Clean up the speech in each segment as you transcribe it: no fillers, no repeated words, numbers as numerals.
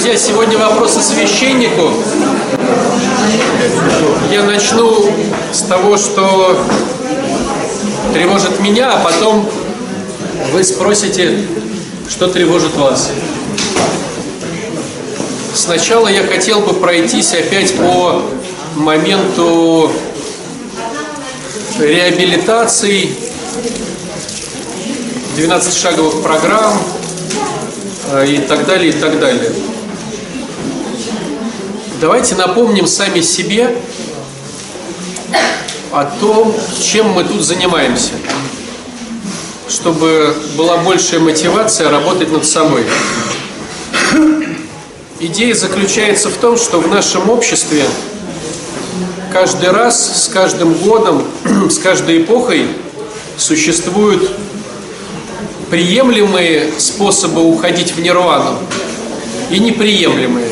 Друзья, сегодня вопросы священнику. Я начну с того, что тревожит меня, а потом вы спросите, что тревожит вас. Сначала я хотел бы пройтись опять по моменту реабилитации, 12-шаговых программ и так далее, и так далее. Давайте напомним сами себе о том, чем мы тут занимаемся, чтобы была большая мотивация работать над собой. Идея заключается в том, что в нашем обществе каждый раз, с каждым годом, с каждой эпохой существуют приемлемые способы уходить в нирвану и неприемлемые.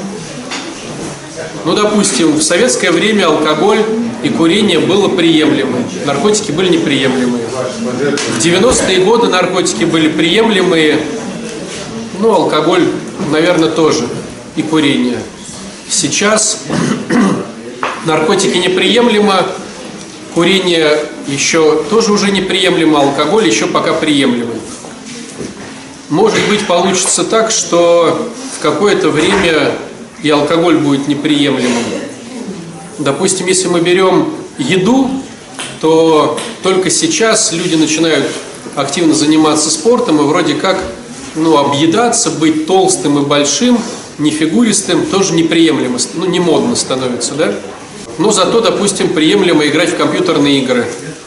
Ну, допустим, в советское время алкоголь и курение было приемлемое, наркотики были неприемлемые. В 90-е годы наркотики были приемлемые, ну, алкоголь, наверное, тоже, и курение. Сейчас наркотики неприемлемо, курение еще тоже уже неприемлемо, алкоголь еще пока приемлемый. Может быть, получится так, что в какое-то время и алкоголь будет неприемлемым. Допустим, если мы берем еду, то только сейчас люди начинают активно заниматься спортом и вроде как, объедаться, быть толстым и большим, не фигуристым, тоже неприемлемо, не модно становится, да? Но зато, допустим, приемлемо играть в компьютерные игры.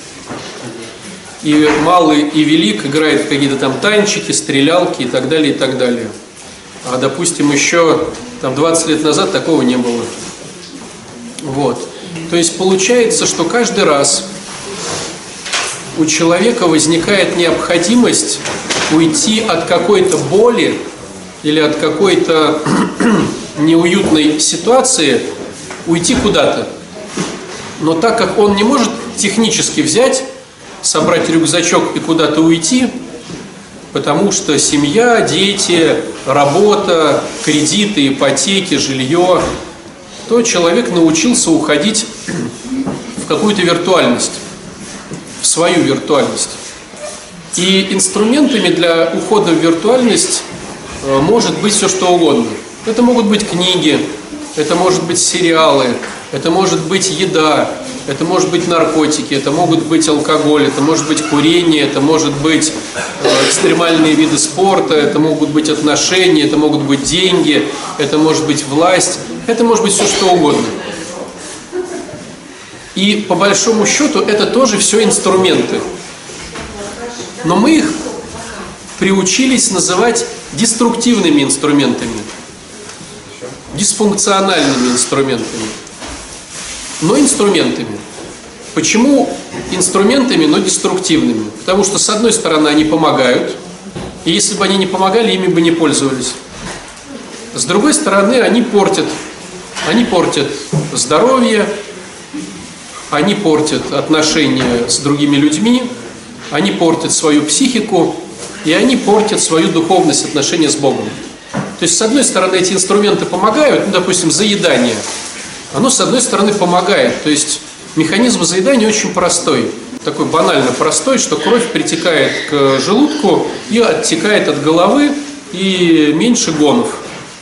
И малый, и велик играет в какие-то там танчики, стрелялки и так далее, и так далее. А, допустим, еще 20 лет назад такого не было. Вот. То есть получается, что каждый раз у человека возникает необходимость уйти от какой-то боли или от какой-то неуютной ситуации, уйти куда-то. Но так как он не может технически взять, собрать рюкзачок и куда-то уйти, потому что семья, дети, работа, кредиты, ипотеки, жилье, то человек научился уходить в какую-то виртуальность, в свою виртуальность. И инструментами для ухода в виртуальность может быть все что угодно. Это могут быть книги, это может быть сериалы, это может быть еда, это может быть наркотики, это могут быть алкоголь, это может быть курение, это может быть экстремальные виды спорта, это могут быть отношения, это могут быть деньги, это может быть власть, это может быть все что угодно. И по большому счету это тоже все инструменты. Но мы их приучились называть деструктивными инструментами, дисфункциональными инструментами. Но инструментами. Почему инструментами, но деструктивными? Потому что, с одной стороны, они помогают, и если бы они не помогали, ими бы не пользовались. С другой стороны, они портят. Они портят здоровье, они портят отношения с другими людьми, они портят свою психику, и они портят свою духовность, отношения с Богом. То есть, с одной стороны, эти инструменты помогают, допустим, заедание. Оно, с одной стороны, помогает. То есть механизм заедания очень простой. Такой банально простой, что кровь притекает к желудку и оттекает от головы, и меньше гонов.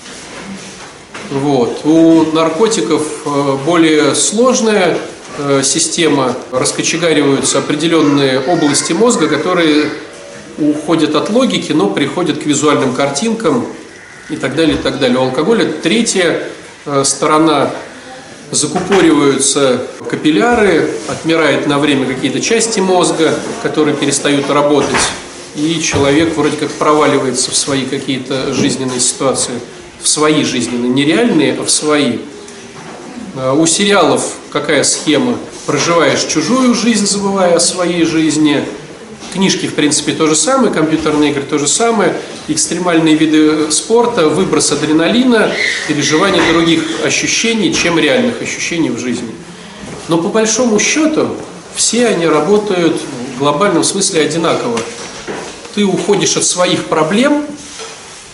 Вот. У наркотиков более сложная система. Раскочегариваются определенные области мозга, которые уходят от логики, но приходят к визуальным картинкам и так далее, и так далее. У алкоголя третья сторона. Закупориваются капилляры, отмирает на время какие-то части мозга, которые перестают работать, и человек вроде как проваливается в свои какие-то жизненные ситуации, в свои жизненные, не реальные, а в свои. У сериалов какая схема? Проживаешь чужую жизнь, забывая о своей жизни. Книжки, в принципе, то же самое, компьютерные игры то же самое, экстремальные виды спорта, выброс адреналина, переживание других ощущений, чем реальных ощущений в жизни. Но по большому счету все они работают в глобальном смысле одинаково. Ты уходишь от своих проблем,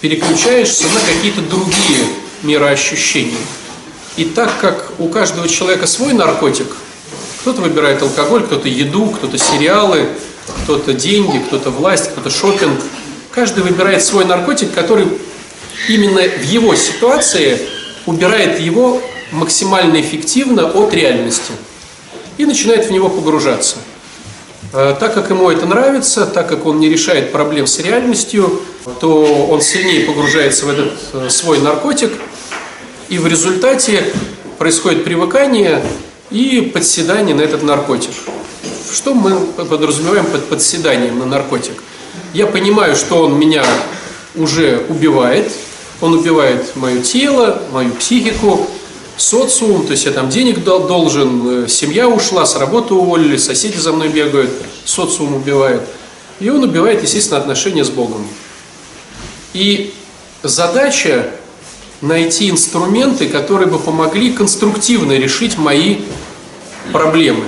переключаешься на какие-то другие мироощущения. И так как у каждого человека свой наркотик, кто-то выбирает алкоголь, кто-то еду, кто-то сериалы, кто-то деньги, кто-то власть, кто-то шопинг. Каждый выбирает свой наркотик, который именно в его ситуации убирает его максимально эффективно от реальности. И начинает в него погружаться. Так как ему это нравится, так как он не решает проблем с реальностью, то он сильнее погружается в этот свой наркотик, и в результате происходит привыкание и подседание на этот наркотик. Что мы подразумеваем под подседанием на наркотик? Я понимаю, что он меня уже убивает, он убивает мое тело, мою психику, социум, то есть я там денег должен, семья ушла, с работы уволили, соседи за мной бегают, социум убивает. И он убивает, естественно, отношения с Богом. И задача найти инструменты, которые бы помогли конструктивно решить мои проблемы.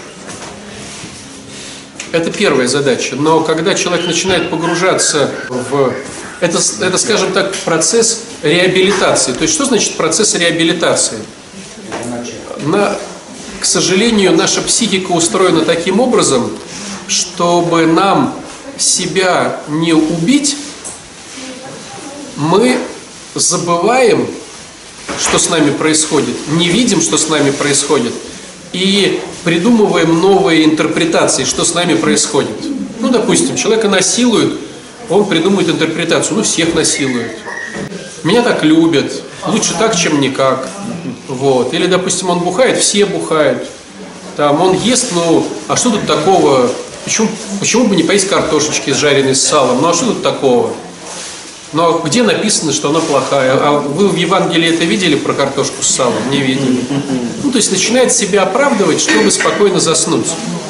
Это первая задача. Но когда человек начинает погружаться в... Это, скажем так, процесс реабилитации. То есть, что значит процесс реабилитации? К сожалению, наша психика устроена таким образом, чтобы нам себя не убить, мы забываем, что с нами происходит, не видим, что с нами происходит, и придумываем новые интерпретации, что с нами происходит. Ну, допустим, человека насилуют, он придумывает интерпретацию, ну, всех насилуют. Меня так любят, лучше так, чем никак. Вот. Или, допустим, он бухает, все бухают. Там он ест, ну, а что тут такого? Почему бы не поесть картошечки, жареной с салом? Ну, а что тут такого? Ну, а где написано, что она плохая? А вы в Евангелии это видели про картошку с салом? Не видели. Ну, то есть начинает себя оправдывать, чтобы спокойно заснуть.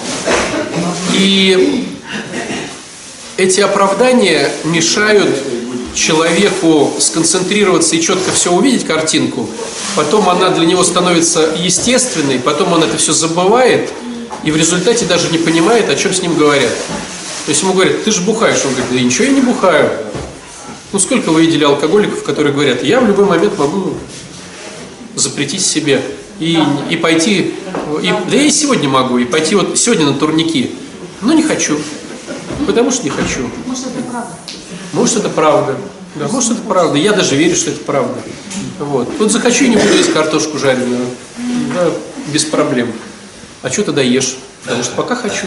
И эти оправдания мешают человеку сконцентрироваться и четко все увидеть, картинку. Потом она для него становится естественной, потом он это все забывает и в результате даже не понимает, о чем с ним говорят. То есть ему говорят: ты же бухаешь. Он говорит: да ничего я не бухаю. Ну, сколько вы видели алкоголиков, которые говорят: я в любой момент могу запретить себе и пойти, да я и сегодня могу, и пойти вот сегодня на турники, но не хочу, потому что не хочу. Может, это правда? Может, это правда. Да, может, это правда. Я даже верю, что это правда. Вот захочу и не буду есть картошку жареную. Да, без проблем. А что тогда ешь? Потому что пока хочу.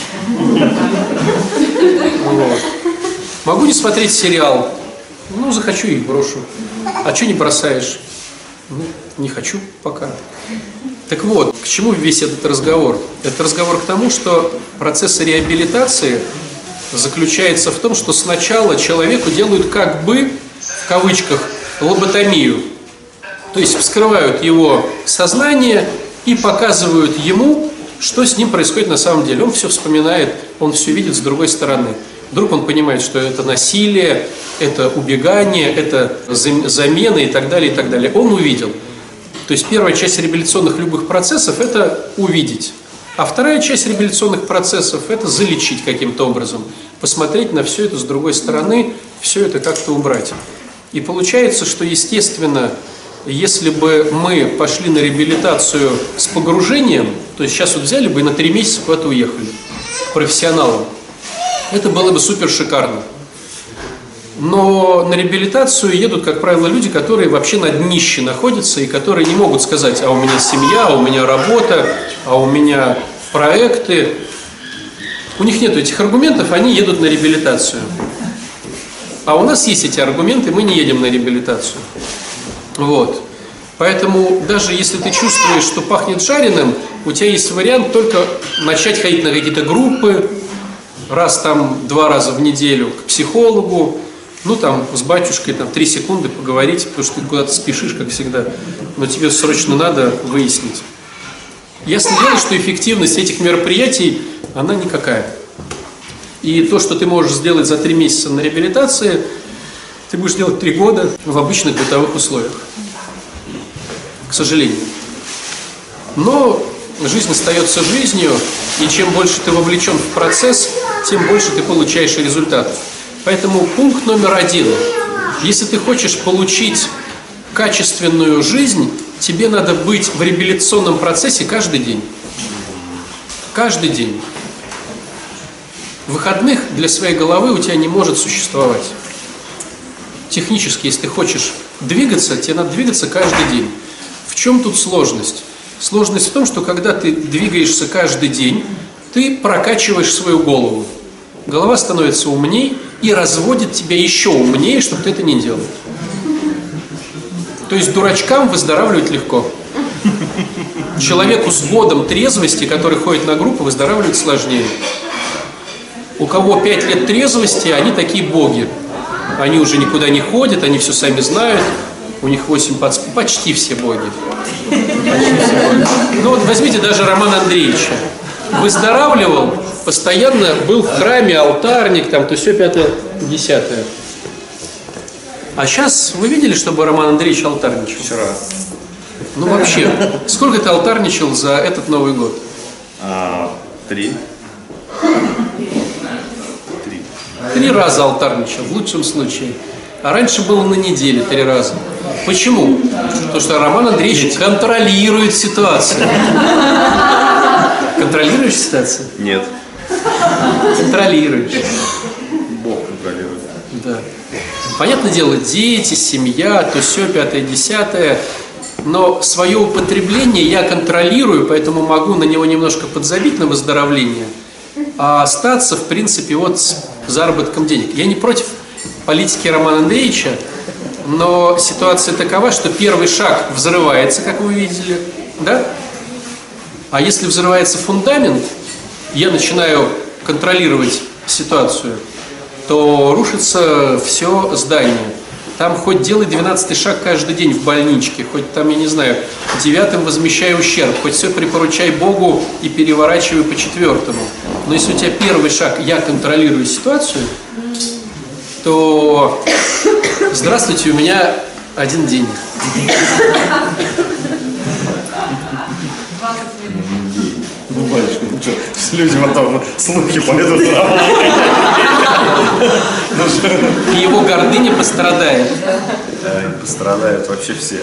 Вот. Могу не смотреть сериал. Ну, захочу и брошу. А что не бросаешь? Ну, не хочу пока. Так вот, к чему весь этот разговор? Это разговор к тому, что процесс реабилитации заключается в том, что сначала человеку делают как бы, в кавычках, лоботомию. То есть вскрывают его сознание и показывают ему, что с ним происходит на самом деле. Он все вспоминает, он все видит с другой стороны. Вдруг он понимает, что это насилие, это убегание, это замена и так далее, и так далее. Он увидел. То есть первая часть реабилитационных любых процессов – это увидеть. А вторая часть реабилитационных процессов – это залечить каким-то образом. Посмотреть на все это с другой стороны, все это как-то убрать. И получается, что, естественно, если бы мы пошли на реабилитацию с погружением, то есть сейчас вот взяли бы и на 3 месяца куда-то уехали к профессионалам, это было бы супер шикарно. Но на реабилитацию едут, как правило, люди, которые вообще на днище находятся и которые не могут сказать: а у меня семья, а у меня работа, а у меня проекты. У них нет этих аргументов, они едут на реабилитацию. А у нас есть эти аргументы, мы не едем на реабилитацию. Вот. Поэтому даже если ты чувствуешь, что пахнет жареным, у тебя есть вариант только начать ходить на какие-то группы, два раза в неделю к психологу, ну там с батюшкой 3 секунды поговорить, потому что ты куда-то спешишь, как всегда, но тебе срочно надо выяснить. Ясно дело, что эффективность этих мероприятий, она никакая. И то, что ты можешь сделать за 3 месяца на реабилитации, ты будешь делать 3 года в обычных бытовых условиях. К сожалению. Но жизнь остается жизнью, и чем больше ты вовлечен в процесс, тем больше ты получаешь результатов. Поэтому пункт номер 1. Если ты хочешь получить качественную жизнь, тебе надо быть в реабилитационном процессе каждый день. Каждый день. Выходных для своей головы у тебя не может существовать. Технически, если ты хочешь двигаться, тебе надо двигаться каждый день. В чем тут сложность? Сложность в том, что когда ты двигаешься каждый день, ты прокачиваешь свою голову. Голова становится умней и разводит тебя еще умнее, чтобы ты это не делал. То есть дурачкам выздоравливать легко. Человеку с годом трезвости, который ходит на группы, выздоравливать сложнее. У кого 5 лет трезвости, они такие боги. Они уже никуда не ходят, они все сами знают. У них 8 почти все боги. Почти все боги. Ну вот возьмите даже Романа Андреевича. Выздоравливал, постоянно был в храме, алтарник, там, то все 5-10. А сейчас вы видели, чтобы Роман Андреевич алтарничал? Вчера. Ну вообще, сколько ты алтарничал за этот Новый год? 3. 3 раза алтарничал, в лучшем случае. А раньше было на неделе 3 раза. Почему? Потому что Роман Андреевич контролирует ситуацию. Контролируешь ситуацию? Нет. Контролируешь. Бог контролирует. Да. Понятное дело, дети, семья, то все, 5-10. Но свое употребление я контролирую, поэтому могу на него немножко подзабить на выздоровление, а остаться, в принципе, вот с заработком денег. Я не против политики Романа Андреевича, но ситуация такова, что первый шаг взрывается, как вы видели, да? А если взрывается фундамент, я начинаю контролировать ситуацию, то рушится все здание. Там хоть делай 12-й шаг каждый день в больничке, хоть там, я не знаю, 9-м возмещай ущерб, хоть все припоручай Богу и переворачивай по 4-му. Но если у тебя первый шаг «я контролирую ситуацию», то здравствуйте, у меня 1 день. Ну, батюшка, ну что, люди потом слухи пойдут на роман. И его гордыня пострадает. Пострадают вообще все.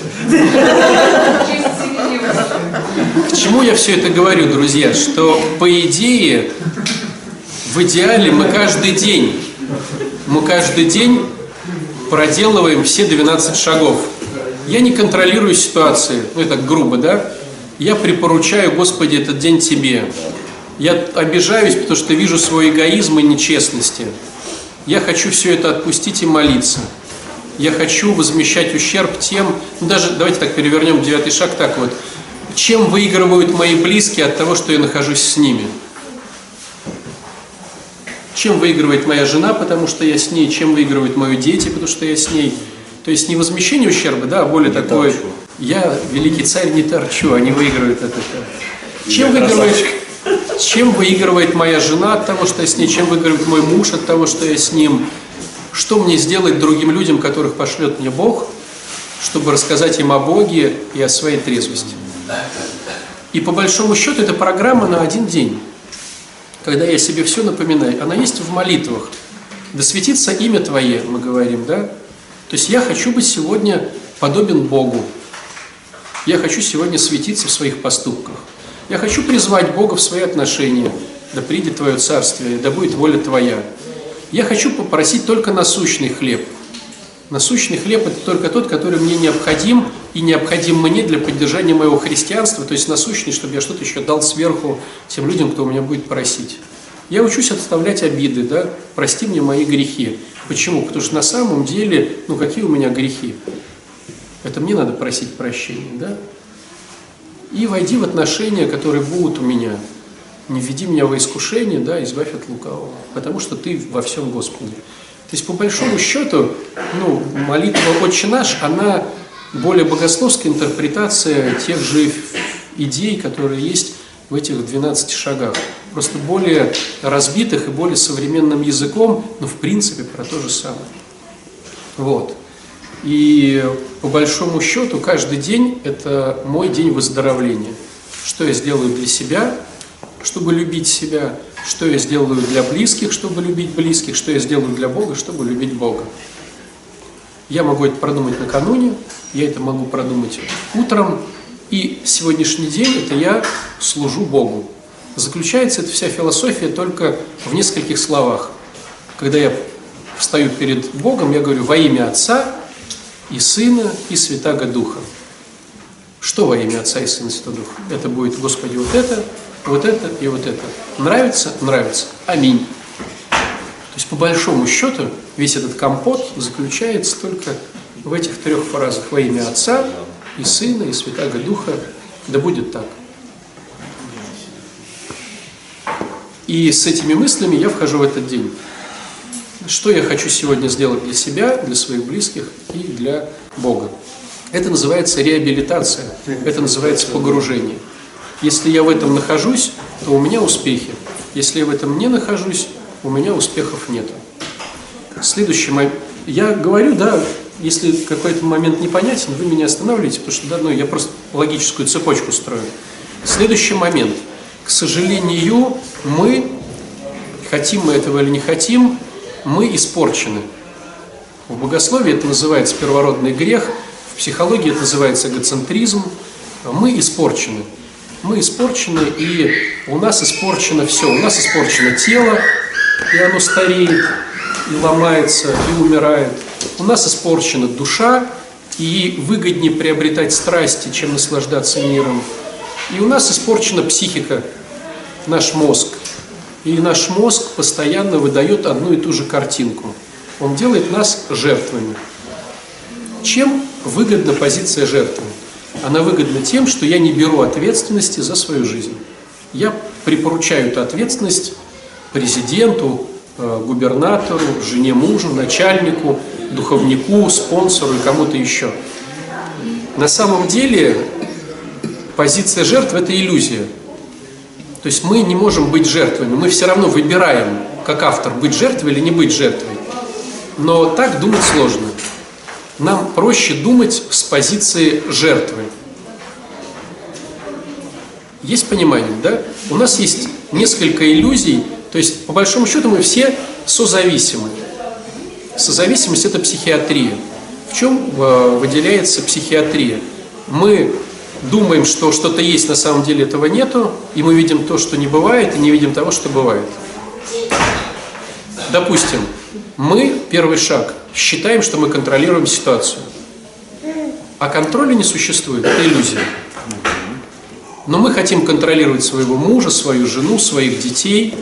К чему я все это говорю, друзья? Что, по идее, в идеале мы каждый день проделываем все 12 шагов. Я не контролирую ситуации, ну это грубо, да? Я припоручаю, Господи, этот день Тебе. Я обижаюсь, потому что вижу свой эгоизм и нечестности. Я хочу все это отпустить и молиться. Я хочу возмещать ущерб тем, ну даже, давайте так перевернем 9-й шаг так вот. Чем выигрывают мои близкие от того, что я нахожусь с ними? Чем выигрывает моя жена, потому что я с ней? Чем выигрывают мои дети, потому что я с ней? То есть не возмещение ущерба, да, а более такое. Я, великий царь, не торчу, они выигрывают от этого. Чем выигрывает моя жена от того, что я с ней? Чем выигрывает мой муж от того, что я с ним? Что мне сделать другим людям, которых пошлет мне Бог, чтобы рассказать им о Боге и о своей трезвости? И по большому счету это программа на 1 день. Когда я себе все напоминаю, она есть в молитвах. Да светится имя Твое, мы говорим, да? То есть я хочу быть сегодня подобен Богу. Я хочу сегодня светиться в своих поступках. Я хочу призвать Бога в свои отношения. Да придет Твое царствие, да будет воля Твоя. Я хочу попросить только насущный хлеб. Насущный хлеб – это только тот, который мне необходим и необходим мне для поддержания моего христианства, то есть насущный, чтобы я что-то еще дал сверху тем людям, кто у меня будет просить. Я учусь отставлять обиды, да, прости мне мои грехи. Почему? Потому что на самом деле, ну какие у меня грехи? Это мне надо просить прощения, да? И войди в отношения, которые будут у меня. Не введи меня во искушение, да, избавь от лукавого, потому что ты во всем Господи. То есть, по большому счету, ну, молитва «Отче наш», она более богословская интерпретация тех же идей, которые есть в этих 12 шагах. Просто более разбитых и более современным языком, но в принципе про то же самое. Вот. И по большому счету каждый день – это мой день выздоровления. Что я сделаю для себя, чтобы любить себя, что я сделаю для близких, чтобы любить близких, что я сделаю для Бога, чтобы любить Бога. Я могу это продумать накануне, я это могу продумать утром, и сегодняшний день это я служу Богу. Заключается эта вся философия только в нескольких словах. Когда я встаю перед Богом, я говорю: во имя Отца и Сына и Святаго Духа. Что во имя Отца и Сына и Святаго Духа? Это будет: Господи, вот это и вот это. Нравится? Нравится. Аминь. То есть, по большому счету, весь этот компот заключается только в этих 3 фразах: во имя Отца и Сына и Святаго Духа, да будет так. И с этими мыслями я вхожу в этот день. Что я хочу сегодня сделать для себя, для своих близких и для Бога? Это называется реабилитация, это называется погружение. Если я в этом нахожусь, то у меня успехи. Если я в этом не нахожусь, у меня успехов нет. Следующий момент. Я говорю, да, если какой-то момент непонятен, вы меня останавливаете, потому что, да, ну, я просто логическую цепочку строю. Следующий момент. К сожалению, мы, хотим мы этого или не хотим, мы испорчены. В богословии это называется первородный грех, в психологии это называется эгоцентризм. Мы испорчены. Мы испорчены, и у нас испорчено все. У нас испорчено тело, и оно стареет, и ломается, и умирает. У нас испорчена душа, и выгоднее приобретать страсти, чем наслаждаться миром. И у нас испорчена психика, наш мозг. И наш мозг постоянно выдает одну и ту же картинку. Он делает нас жертвами. Чем выгодна позиция жертвы? Она выгодна тем, что я не беру ответственности за свою жизнь. Я припоручаю эту ответственность президенту, губернатору, жене мужу, начальнику, духовнику, спонсору и кому-то еще. На самом деле позиция жертвы – это иллюзия. То есть мы не можем быть жертвами, мы все равно выбираем, как автор, быть жертвой или не быть жертвой. Но так думать сложно. Нам проще думать с позиции жертвы. Есть понимание, да? У нас есть несколько иллюзий, то есть по большому счету мы все созависимы. Созависимость – это психиатрия. В чем выделяется психиатрия? Мы думаем, что что-то есть, на самом деле этого нету, и мы видим то, что не бывает, и не видим того, что бывает. Допустим, мы, первый шаг, считаем, что мы контролируем ситуацию. А контроля не существует, это иллюзия. Но мы хотим контролировать своего мужа, свою жену, своих детей.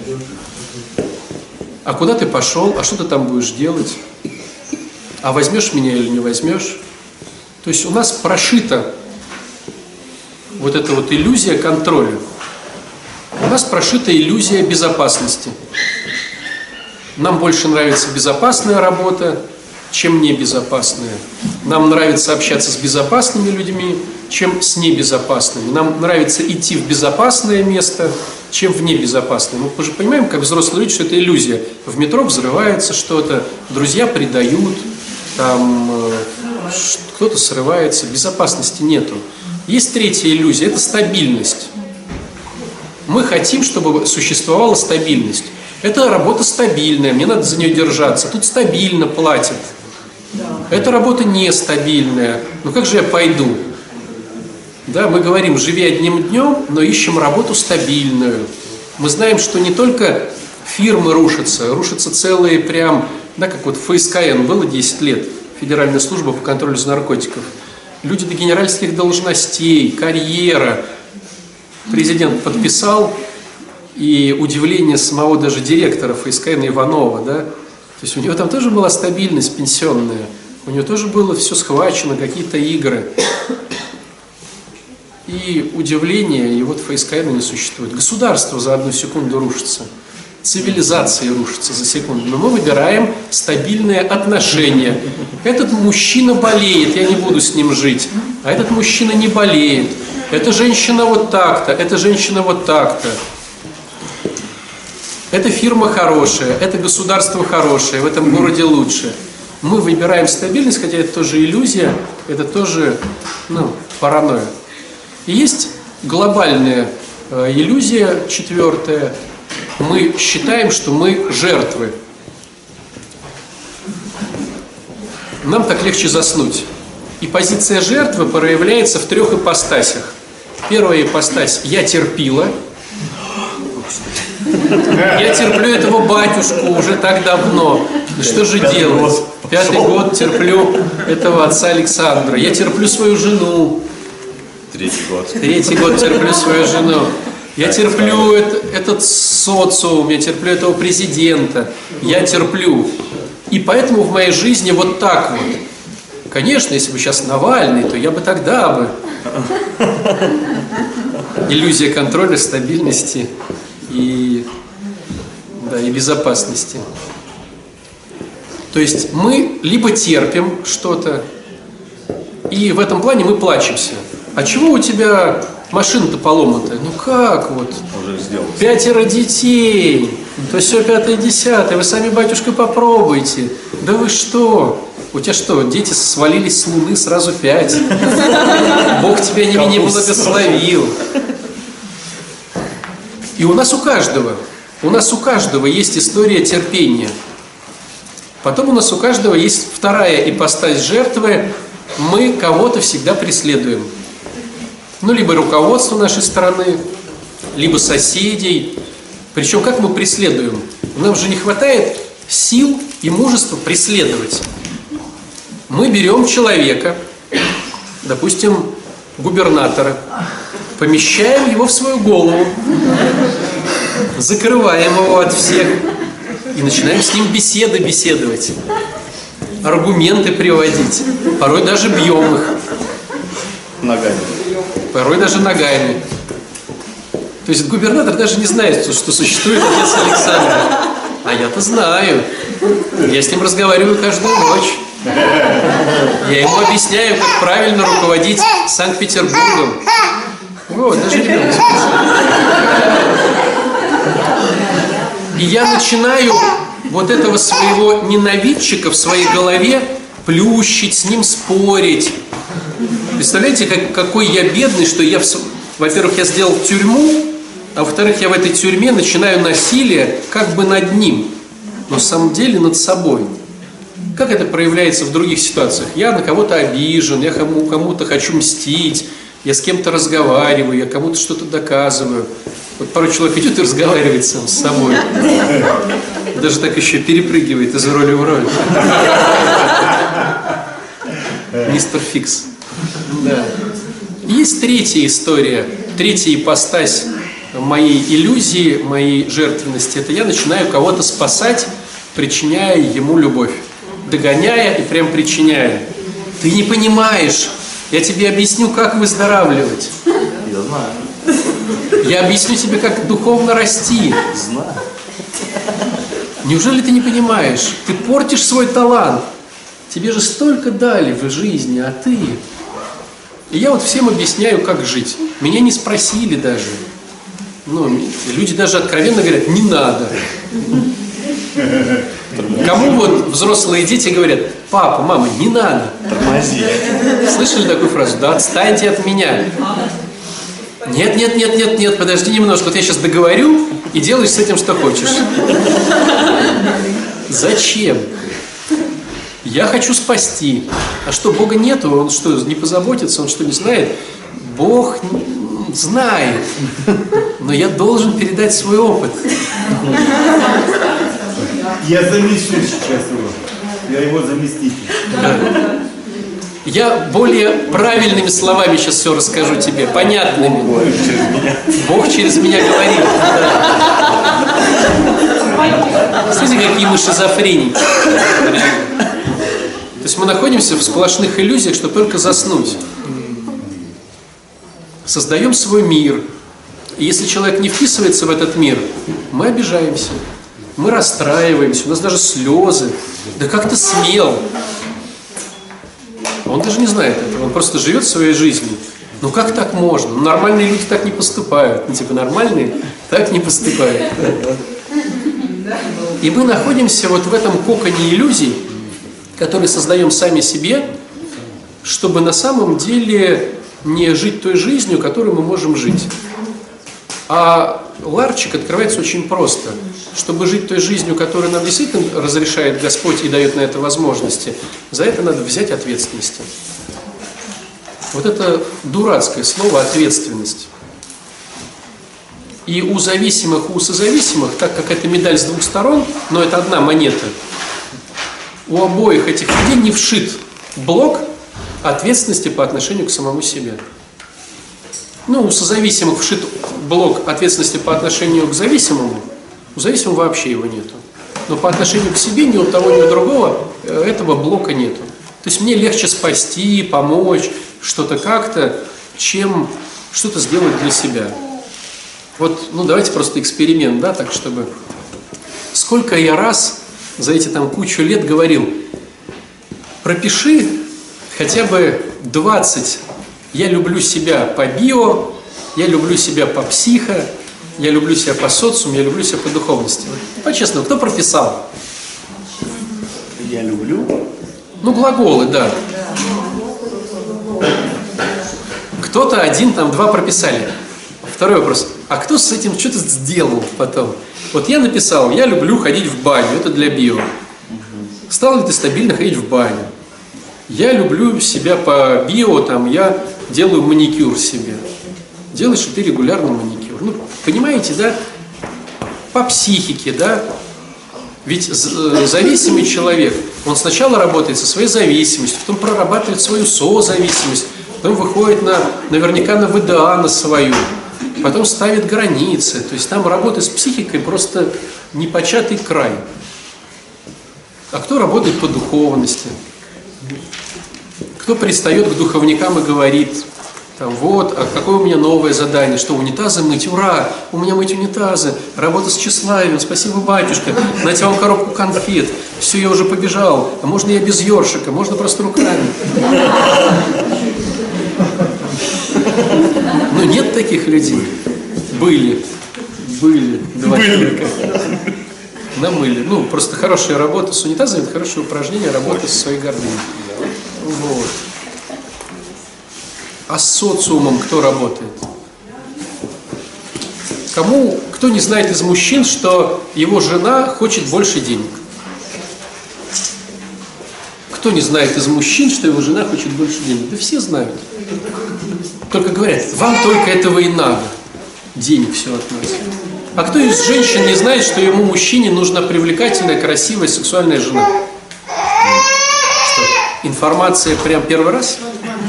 А куда ты пошел? А что ты там будешь делать? А возьмешь меня или не возьмешь? То есть у нас прошита вот эта вот иллюзия контроля. У нас прошита иллюзия безопасности. Нам больше нравится безопасная работа, чем небезопасная. Нам нравится общаться с безопасными людьми, чем с небезопасными. Нам нравится идти в безопасное место, чем в небезопасное. Мы же понимаем, как взрослые люди, что это иллюзия. В метро взрывается что-то, друзья предают, там кто-то срывается, безопасности нету. Есть третья иллюзия, это стабильность. Мы хотим, чтобы существовала стабильность. Это работа стабильная, мне надо за нее держаться. Тут стабильно платят. Эта работа нестабильная. Ну как же я пойду? Да, мы говорим, живи одним днем, но ищем работу стабильную. Мы знаем, что не только фирмы рушатся целые прям, да, как вот ФСКН было 10 лет, Федеральная служба по контролю за наркотиков. Люди до генеральских должностей, карьера. Президент подписал, и удивление самого даже директора ФСКН Иванова, да, то есть у него там тоже была стабильность пенсионная, у него тоже было все схвачено, какие-то игры. И удивление, и вот ФСКН не существует. Государство за одну секунду рушится, цивилизация рушится за секунду, но мы выбираем стабильные отношения. Этот мужчина болеет, я не буду с ним жить, а этот мужчина не болеет. Эта женщина вот так-то, эта женщина вот так-то. Эта фирма хорошая, это государство хорошее, в этом городе лучше. Мы выбираем стабильность, хотя это тоже иллюзия, это тоже, паранойя. И есть глобальная иллюзия, четвертая. Мы считаем, что мы жертвы. нам так легче заснуть. И позиция жертвы проявляется в 3 ипостасях. Первая ипостась – я терпила. Я терплю этого батюшку уже так давно. Да что же делать? 5-й год терплю этого отца Александра. Я терплю свою жену. 3-й год. 3-й год терплю свою жену. Я терплю этот социум, я терплю этого президента. Я терплю. И поэтому в моей жизни вот так вот. Конечно, если бы сейчас Навальный, то я бы тогда бы. Иллюзия контроля, стабильности и безопасности. То есть мы либо терпим что-то, и в этом плане мы плачемся. А чего у тебя машина-то поломанная? Ну как вот? Уже сделал. 5 детей, то все 5-10, вы сами, батюшка, попробуйте. Да вы что? У тебя что, дети свалились с Луны сразу 5? Бог тебя ними не благословил. И у нас у каждого есть история терпения. Потом у нас у каждого есть 2-я ипостась жертвы. Мы кого-то всегда преследуем. Ну, либо руководство нашей страны, либо соседей. Причем как мы преследуем? Нам же не хватает сил и мужества преследовать. Мы берем человека, допустим, губернатора, помещаем его в свою голову, закрываем его от всех и начинаем с ним беседовать, аргументы приводить, порой даже бьем их. Ногами. Порой даже ногами. То есть губернатор даже не знает, что существует отец Александр. А я-то знаю. Я с ним разговариваю каждую ночь. Я ему объясняю, как правильно руководить Санкт-Петербургом. Вот, даже ребенок. И я начинаю вот этого своего ненавидчика в своей голове плющить, с ним спорить. Представляете, какой я бедный, что я, во-первых, я сделал тюрьму, а во-вторых, я в этой тюрьме начинаю насилие как бы над ним, но на самом деле над собой. Как это проявляется в других ситуациях? Я на кого-то обижен, я кому-то хочу мстить, я с кем-то разговариваю, я кому-то что-то доказываю. Вот порой человек идет и разговаривает сам с собой. Даже так еще перепрыгивает из роли в роль. Мистер Фикс. Да. Есть 3-я история, 3-я ипостась моей иллюзии, моей жертвенности. Это я начинаю кого-то спасать, причиняя ему любовь. Догоняя и прям причиняя. Ты не понимаешь. Я тебе объясню, как выздоравливать. Я знаю. Я объясню тебе, как духовно расти. Знаю. Неужели ты не понимаешь? Ты портишь свой талант. Тебе же столько дали в жизни, а ты... И я вот всем объясняю, как жить. Меня не спросили даже. Ну, люди даже откровенно говорят, не надо. Кому вот взрослые дети говорят, папа, мама, не надо. Тормози. Слышали такую фразу? Да отстаньте от меня. Нет, подожди немножко, вот я сейчас договорю и делаешь с этим, что хочешь. Зачем? Я хочу спасти. А что, Бога нету? Он что, не позаботится? Он что, не знает? Бог знает. Но я должен передать свой опыт. Я замещу сейчас его. Я его заместитель. Да. Я более правильными словами сейчас все расскажу тебе, понятными. Бог через меня говорит. Да. Смотрите, какие мы шизофреники. То есть мы находимся в сплошных иллюзиях, чтобы только заснуть. Создаем свой мир. И если человек не вписывается в этот мир, мы обижаемся. Мы расстраиваемся, у нас даже слезы. Да как ты смел? Он даже не знает этого, он просто живет своей жизнью. Ну как так можно? Ну, нормальные люди так не поступают. Ну, типа нормальные так не поступают. И мы находимся вот в этом коконе иллюзий, который создаем сами себе, чтобы на самом деле не жить той жизнью, которую мы можем жить, а ларчик открывается очень просто. Чтобы жить той жизнью, которую нам действительно разрешает Господь и дает на это возможности, за это надо взять ответственность. Вот это дурацкое слово «ответственность». И у зависимых, у созависимых, так как это медаль с двух сторон, но это одна монета, у обоих этих людей не вшит блок ответственности по отношению к самому себе. Ну, у созависимых вшит блок ответственности по отношению к зависимому, у зависимого вообще его нету. Но по отношению к себе ни у того, ни у другого этого блока нету. То есть мне легче спасти, помочь, что-то как-то, чем что-то сделать для себя. Вот, ну давайте просто эксперимент, да, так чтобы... Сколько я раз за эти там кучу лет говорил, пропиши хотя бы 20, я люблю себя по био, я люблю себя по психо, я люблю себя по социуму, я люблю себя по духовности. По-честному, кто прописал? Я люблю. Ну, глаголы, да. Кто-то один, там, два прописали. Второй вопрос. А кто с этим что-то сделал потом? Вот я написал, я люблю ходить в баню, это для био. Стал ли ты стабильно ходить в баню? Я люблю себя по био, там, я делаю маникюр себе. Делаешь ли ты регулярно маникюр? Ну, понимаете, да? По психике, да? Ведь зависимый человек, он сначала работает со своей зависимостью, потом прорабатывает свою созависимость, потом выходит наверняка на ВДА на свою, потом ставит границы. То есть там работа с психикой просто непочатый край. А кто работает по духовности? Кто пристает к духовникам и говорит, там, вот, а какое у меня новое задание, что унитазы мыть, ура, у меня мыть унитазы, работа с тщеславием, спасибо, батюшка, дайте вам коробку конфет, все, я уже побежал, а можно я без ёршика, можно просто руками. Но нет таких людей. Были. Два человека. Намыли. Ну, просто хорошая работа с унитазами, это хорошее упражнение, работа со своей гордыней. Вот. А с социумом кто работает? Кто не знает из мужчин, что его жена хочет больше денег? Кто не знает из мужчин, что его жена хочет больше денег? Да все знают. Только говорят, вам только этого и надо. Денег все от нас. А кто из женщин не знает, что ему, мужчине, нужна привлекательная, красивая, сексуальная жена? Что, информация прям первый раз?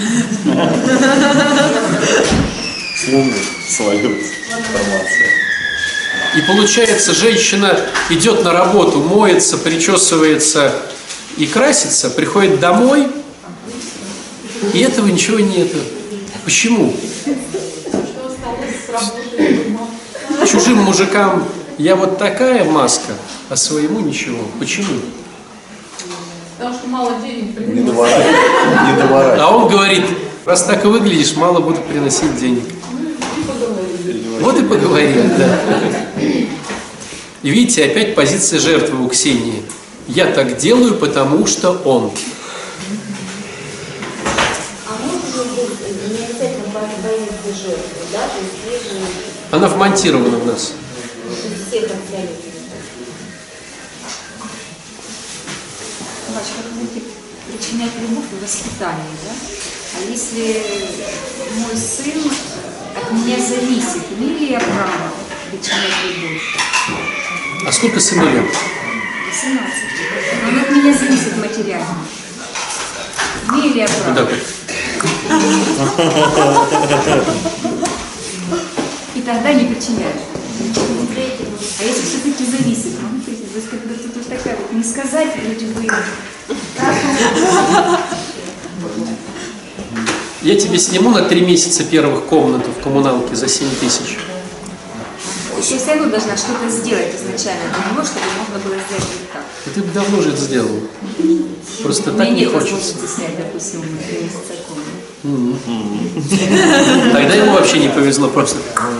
Словно свою информацию. И получается, женщина идет на работу, моется, причесывается и красится, приходит домой, и этого ничего нету. Почему? Чужим мужикам я вот такая маска, а своему ничего. Почему? Потому что мало денег приносит. Не доворачивай. А он говорит, раз так и выглядишь, мало буду приносить денег. Вот и поговорили, да. И видите, опять позиция жертвы у Ксении. Я так делаю, потому что он. А можно быть не обязательно позиции жертвы, да? То есть есть же Она вмонтирована в нас. всех абсолютно. Батюшка, как будете причинять любовь и воспитание, да? А если мой сын от меня зависит, имею ли я право причинять любовь? А сколько сыну лет? 18. Он от меня зависит материально. Имею ли я право? Куда ты? И тогда не причиняю. А если все-таки зависит, ну, то есть как бы тут вот такая вот, не сказать, вроде бы. Я тебе сниму на 3 месяца первых комнату в коммуналке за 7 тысяч. Я все равно должна что-то сделать изначально для него, чтобы можно было сделать вот так. И ты бы давно уже это сделал. Просто У так меня не нет хочется. возможности снять, допустим, 3 месяца комнату. Тогда ему вообще не повезло просто.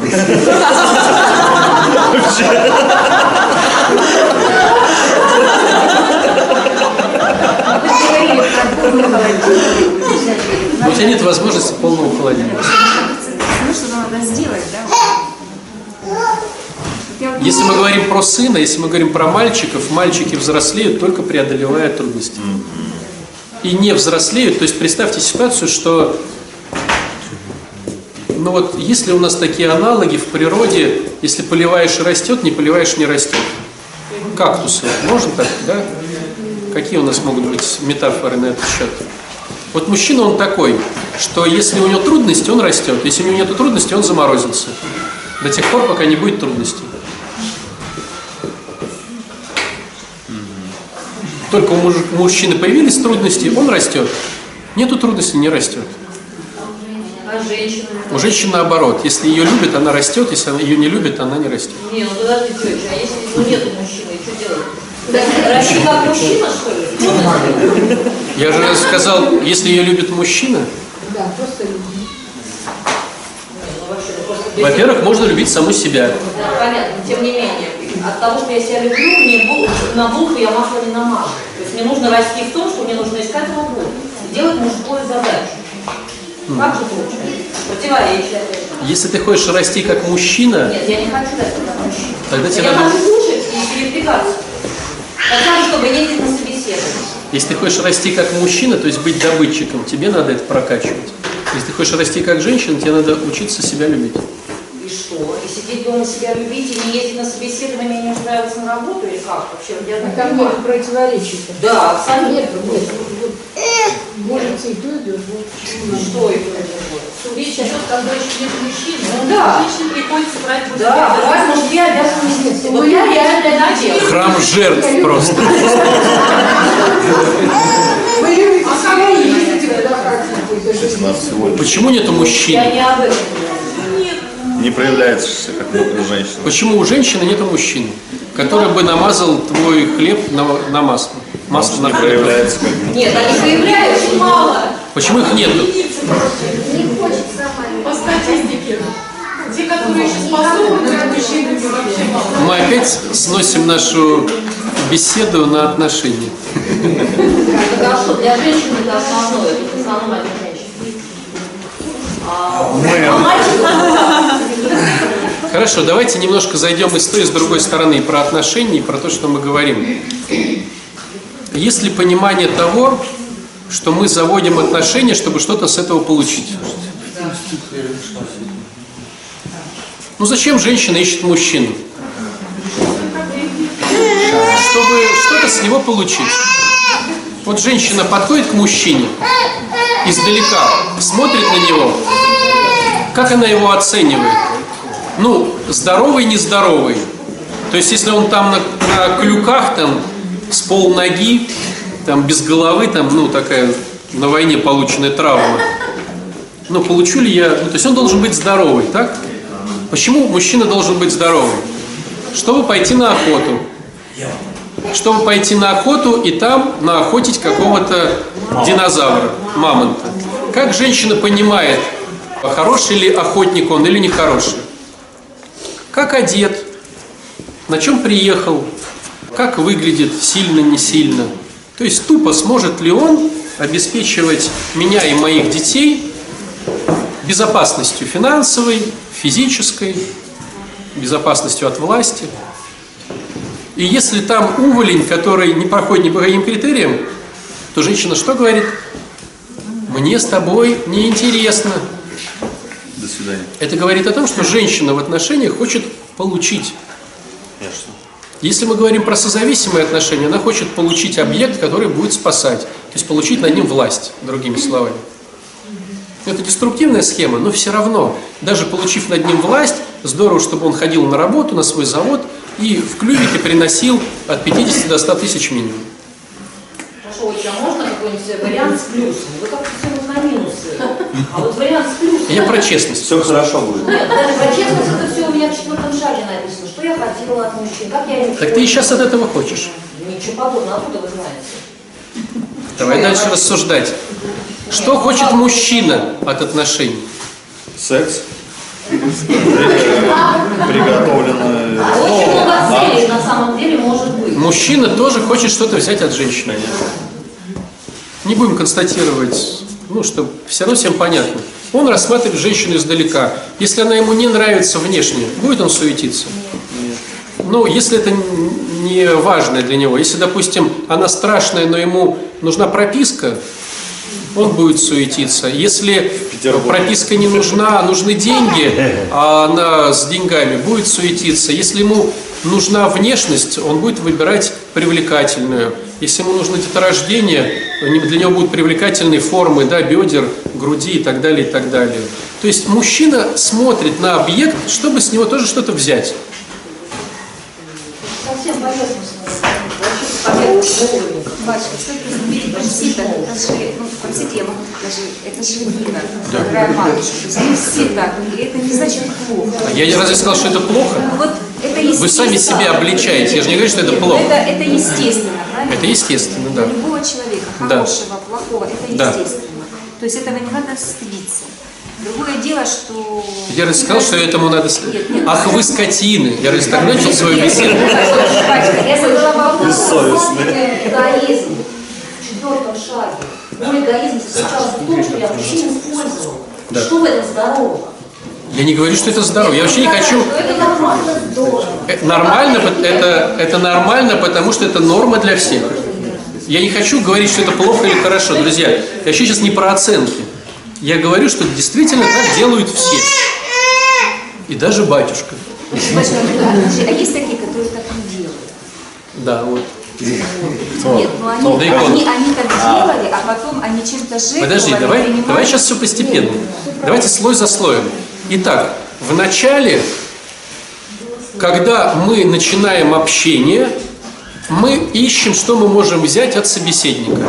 У тебя нет возможности полного холодильника. Ну, что надо сделать, да? Если мы говорим про сына, если мы говорим про мальчиков, мальчики взрослеют, только преодолевая трудности. И не взрослеют, то есть представьте ситуацию, что ну вот если у нас такие аналоги в природе, если поливаешь растет, не поливаешь не растет. Кактусы, можно так, да? Какие у нас могут быть метафоры на этот счет? Вот мужчина он такой, что если у него трудности, он растет, если у него нет трудностей, он заморозился. До тех пор, пока не будет трудностей. Только у мужчины появились трудности, он растет. Нету трудностей, не растет. А женщина? У женщин наоборот. Если ее любят, она растет, если ее не любит, она не растет. Не, ну подожди, тетя, а если нету мужчины, что делать? Расти как мужчина, что ли? Что мы сделаем? Я же сказал, если ее любит мужчина, Да, просто любви. во-первых, можно любить саму себя. Да, понятно, но тем не менее, от того, что я себя люблю, мне на булку я масло не намажу. То есть мне нужно расти в том, что мне нужно искать работу, делать мужскую задачу. Как же получается? Противоречие. Если ты хочешь расти как мужчина, Нет, я не хочу расти как мужчина. тогда тебе Я надо... хочу слушать и передвигаться. Хотя бы, чтобы ездить на собеседование. Если ты хочешь расти как мужчина, то есть быть добытчиком, тебе надо это прокачивать. Если ты хочешь расти как женщина, тебе надо учиться себя любить. И что? И сидеть дома себя любить, и не ездить на собеседование, и не устраиваться на работу, или как? Вообще, я не Там понимаю. нет противоречий. Да, абсолютно. Нет. Можете и то, и другое. Что это такое? Речь идет, когда еще нет мужчин. Ну да. Женщине приходится брать на Да, себя. бывают мужские обязанности. Нет, Вот я это делаю. Храм жертв просто. Вы любите себя и ездите куда хотите. Здесь у нас всего лишь Почему нету Я мужчин? не об этом. не проявляется как женщина. Почему у женщины нету мужчины, который бы намазал твой хлеб на масло? Масло на Не хлеб. проявляется как Нет, они появляются мало. Почему их нету? По статистике. Те, которые еще способны, как мужчины, вообще мало. Мы опять сносим нашу беседу на отношения. Это что, для женщин это основное, это в основном это женщины. А мальчик... Хорошо, давайте немножко зайдем и с той, и с другой стороны, и про отношения, и про то, что мы говорим. Есть ли понимание того, что мы заводим отношения, чтобы что-то с этого получить? Ну зачем женщина ищет мужчину? Чтобы что-то с него получить. Вот женщина подходит к мужчине издалека, смотрит на него, как она его оценивает? Ну, здоровый, нездоровый. То есть, если он там на клюках, там, с полноги, там, без головы, там, ну, такая на войне полученная травма. Ну, получу ли я... Ну, то есть, он должен быть здоровый, так? Почему мужчина должен быть здоровым? Чтобы пойти на охоту. Чтобы пойти на охоту и там наохотить какого-то динозавра, мамонта. Как женщина понимает, хороший ли охотник он или нехороший? Как одет, на чем приехал, как выглядит, сильно, не сильно. То есть тупо сможет ли он обеспечивать меня и моих детей безопасностью финансовой, физической, безопасностью от власти. И если там уволень, который не проходит ни по каким критериям, то женщина что говорит? Мне с тобой неинтересно. До свидания. Это говорит о том, что женщина в отношениях хочет получить. Конечно. Если мы говорим про созависимые отношения, она хочет получить объект, который будет спасать. То есть получить над ним власть, другими словами. Это деструктивная схема, но все равно, даже получив над ним власть, здорово, чтобы он ходил на работу, на свой завод и в клювике приносил от 50 до 100 тысяч минимум. Хорошо, а можно какой-нибудь вариант с плюсом? Вы как-то все на минусы. А вот вариант с плюсом... Я про честность. Все хорошо будет. Нет, даже про честность это все у меня в 4-м шаге написано. Что я хотела от мужчин, как я... Так ты и сейчас от этого хочешь. Ничего подобного, откуда вы знаете? Давай дальше рассуждать. Что хочет мужчина от отношений? Секс. Приготовленное. Очень много целей на самом деле может быть. Мужчина тоже хочет что-то взять от женщины. Не будем констатировать, ну, чтобы все равно всем понятно. Он рассматривает женщину издалека. Если она ему не нравится внешне, будет он суетиться? ну, если это не важно для него, если, допустим, она страшная, но ему нужна прописка, он будет суетиться. Если прописка не нужна, нужны деньги, а она с деньгами, будет суетиться. Если ему нужна внешность, он будет выбирать привлекательную. Если ему нужно деторождение, для него будут привлекательные формы, да, бедер, груди и так далее, и так далее. То есть мужчина смотрит на объект, чтобы с него тоже что-то взять. Совсем поверхностно. Батюшка, только заметить, консита, это же, ну, простите, я могу даже, это же видно, дорогая матушка, то есть все так, и это не значит плохо. А я разве сказал, что это плохо? Ну, вот это естественно. Вы сами себя обличаете, я же не говорю, что это плохо. Это естественно, правильно? Это естественно, да. Для любого человека, хорошего, плохого, это Да. естественно. То есть этого не надо стыдиться. Другое дело, что... Я разве сказал, что этому надо... Нет. Ах, вы скотины! Я разве так начал свою беседу? Батюшка, я задала вопрос. Эгоизм в четвертом шаге. Мой эгоизм заключался в том, что я мужчину использовал. Да. Что в этом здорового? Я не говорю, что это здорово. Я вообще не хочу... Это нормально, здорово. Это нормально, потому что это норма для всех. Я не хочу говорить, что это плохо или хорошо, друзья. Я вообще сейчас не про оценки. Я говорю, что действительно так делают все. И даже батюшка. Батюшка, а есть такие, которые так не делают? Да, вот. Нет, ну они так делали, а потом они чем-то жертвовали. Подожди, давай сейчас все постепенно. Давайте слой за слоем. Итак, в начале, когда мы начинаем общение, мы ищем, что мы можем взять от собеседника.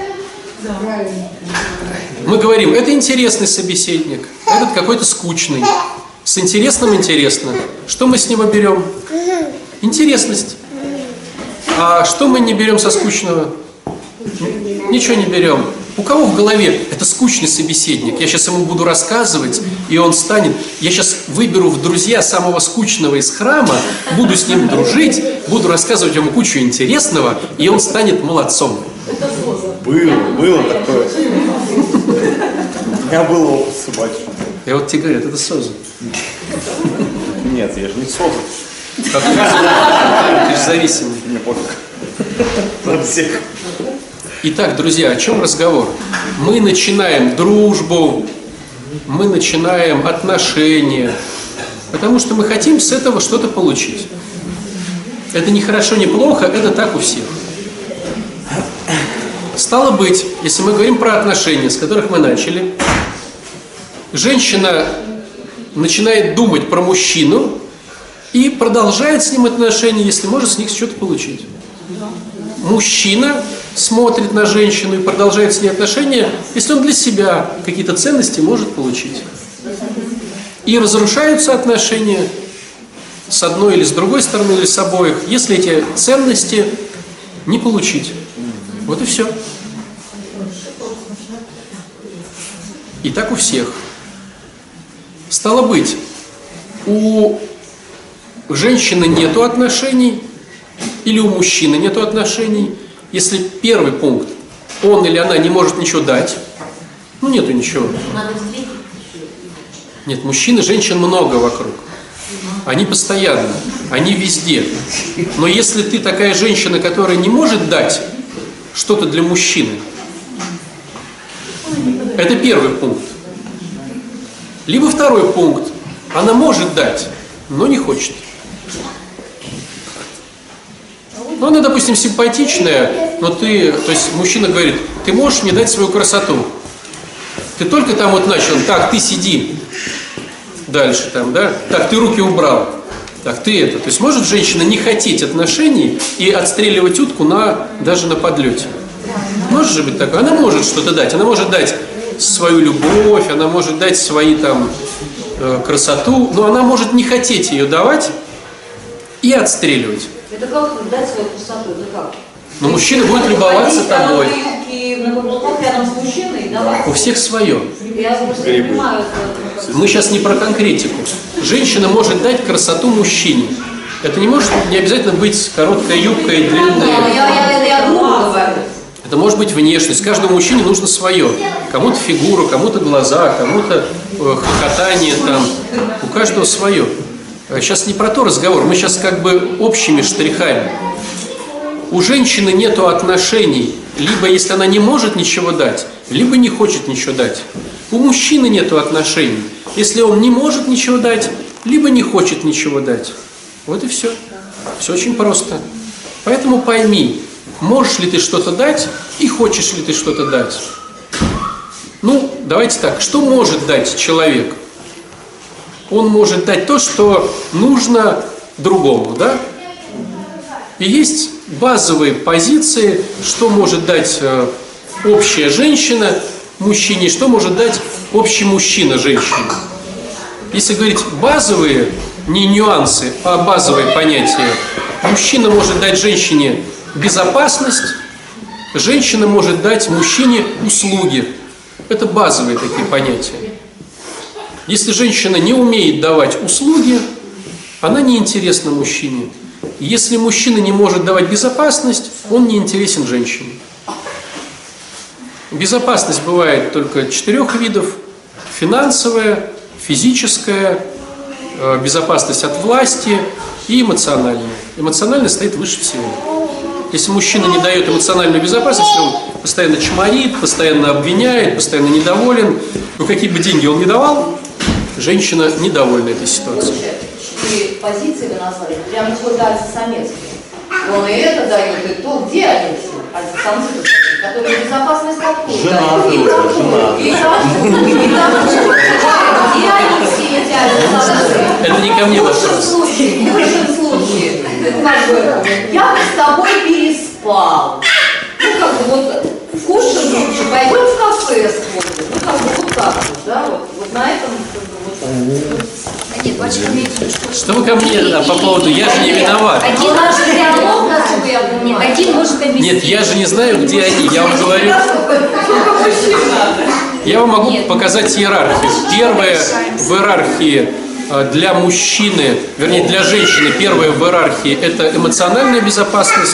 Мы говорим, это интересный собеседник, этот какой-то скучный. С интересным интересно. Что мы с него берем? Интересность. А что мы не берем со скучного? Ничего не берем. У кого в голове это скучный собеседник? Я сейчас ему буду рассказывать, и он станет... Я сейчас выберу в друзья самого скучного из храма, буду с ним дружить, буду рассказывать ему кучу интересного, и он станет молодцом. Было такое. У меня был опыт с батюшкой. Я вот тебе говорю, это созу. Нет, я же не созу. Ты же зависимый. Мне пофиг. На всех. Итак, друзья, о чем разговор? Мы начинаем дружбу, мы начинаем отношения, потому что мы хотим с этого что-то получить. Это не хорошо, не плохо, это так у всех. Стало быть, если мы говорим про отношения, с которых мы начали, женщина начинает думать про мужчину и продолжает с ним отношения, если может с них что-то получить. Мужчина смотрит на женщину и продолжает с ней отношения, если он для себя какие-то ценности может получить. И разрушаются отношения с одной или с другой стороны, или с обоих, если эти ценности не получить. Вот и все. И так у всех. Стало быть, у женщины нету отношений, или у мужчины нету отношений. Если первый пункт, он или она не может ничего дать, ну нету ничего. Нет, мужчин и женщин много вокруг. Они постоянно, они везде. Но если ты такая женщина, которая не может дать что-то для мужчины, это первый пункт. Либо второй пункт, она может дать, но не хочет. Ну, она, допустим, симпатичная, но то есть мужчина говорит, ты можешь мне дать свою красоту. Ты только там вот начал, так, ты сиди. Дальше там, да? Так, ты руки убрал. Так, ты это. То есть может женщина не хотеть отношений и отстреливать утку даже на подлете? Может же быть такое? Она может что-то дать. Она может дать свою любовь, она может дать свои там красоту, но она может не хотеть ее давать и отстреливать. Это как дать свою красоту? Это как? Но мужчина будет любоваться тобой. У всех свое. Я просто не понимаю. Мы сейчас не про конкретику. Женщина может дать красоту мужчине. Это не может не обязательно быть короткая юбка и длинная. Я грубо говорю. Это может быть внешность. Каждому мужчине нужно свое. Кому-то фигуру, кому-то глаза, кому-то хохотание там. У каждого свое. Сейчас не про то разговор, мы сейчас как бы общими штрихами. У женщины нету отношений, либо если она не может ничего дать, либо не хочет ничего дать. У мужчины нету отношений, если он не может ничего дать, либо не хочет ничего дать. Вот и все. Все очень просто. Поэтому пойми, можешь ли ты что-то дать и хочешь ли ты что-то дать. Ну, давайте так, что может дать человек? Он может дать то, что нужно другому, да? И есть базовые позиции, что может дать общая женщина мужчине, что может дать общий мужчина женщине. Если говорить базовые, не нюансы, а базовые понятия, мужчина может дать женщине безопасность, женщина может дать мужчине услуги. Это базовые такие понятия. Если женщина не умеет давать услуги, она не интересна мужчине. Если мужчина не может давать безопасность, он не интересен женщине. Безопасность бывает только 4 видов. Финансовая, физическая, безопасность от власти и эмоциональная. Эмоциональная стоит выше всего. Если мужчина не дает эмоциональную безопасность, он постоянно чморит, постоянно обвиняет, постоянно недоволен, но какие бы деньги он ни давал, женщина недовольна этой ситуацией. 4 позиции вы назвали, прямо какой-то альфа-самецкий. Он и это дает, и то. Где они все? Альфа-самцы, которые безопасность какую дают? И какую? И какую? Где они все эти альфа-самцы? Это не ко мне вопрос. В лучшем случае, как бы, я бы с тобой переспал. Ну, как бы, вот, в худшем случае пойдем в кафе сходим. Ну, как бы, вот так вот, да, вот на этом, как бы, вот. Нет, почему Что вы ко мне по поводу «я же не виноват»? Один наш диалог, насколько я понимаю. Один может объяснить. Нет, я же не знаю, где они. Я вам говорю. Я вам могу показать иерархию. Первое в иерархии для мужчины, вернее для женщины, первое в иерархии – это эмоциональная безопасность.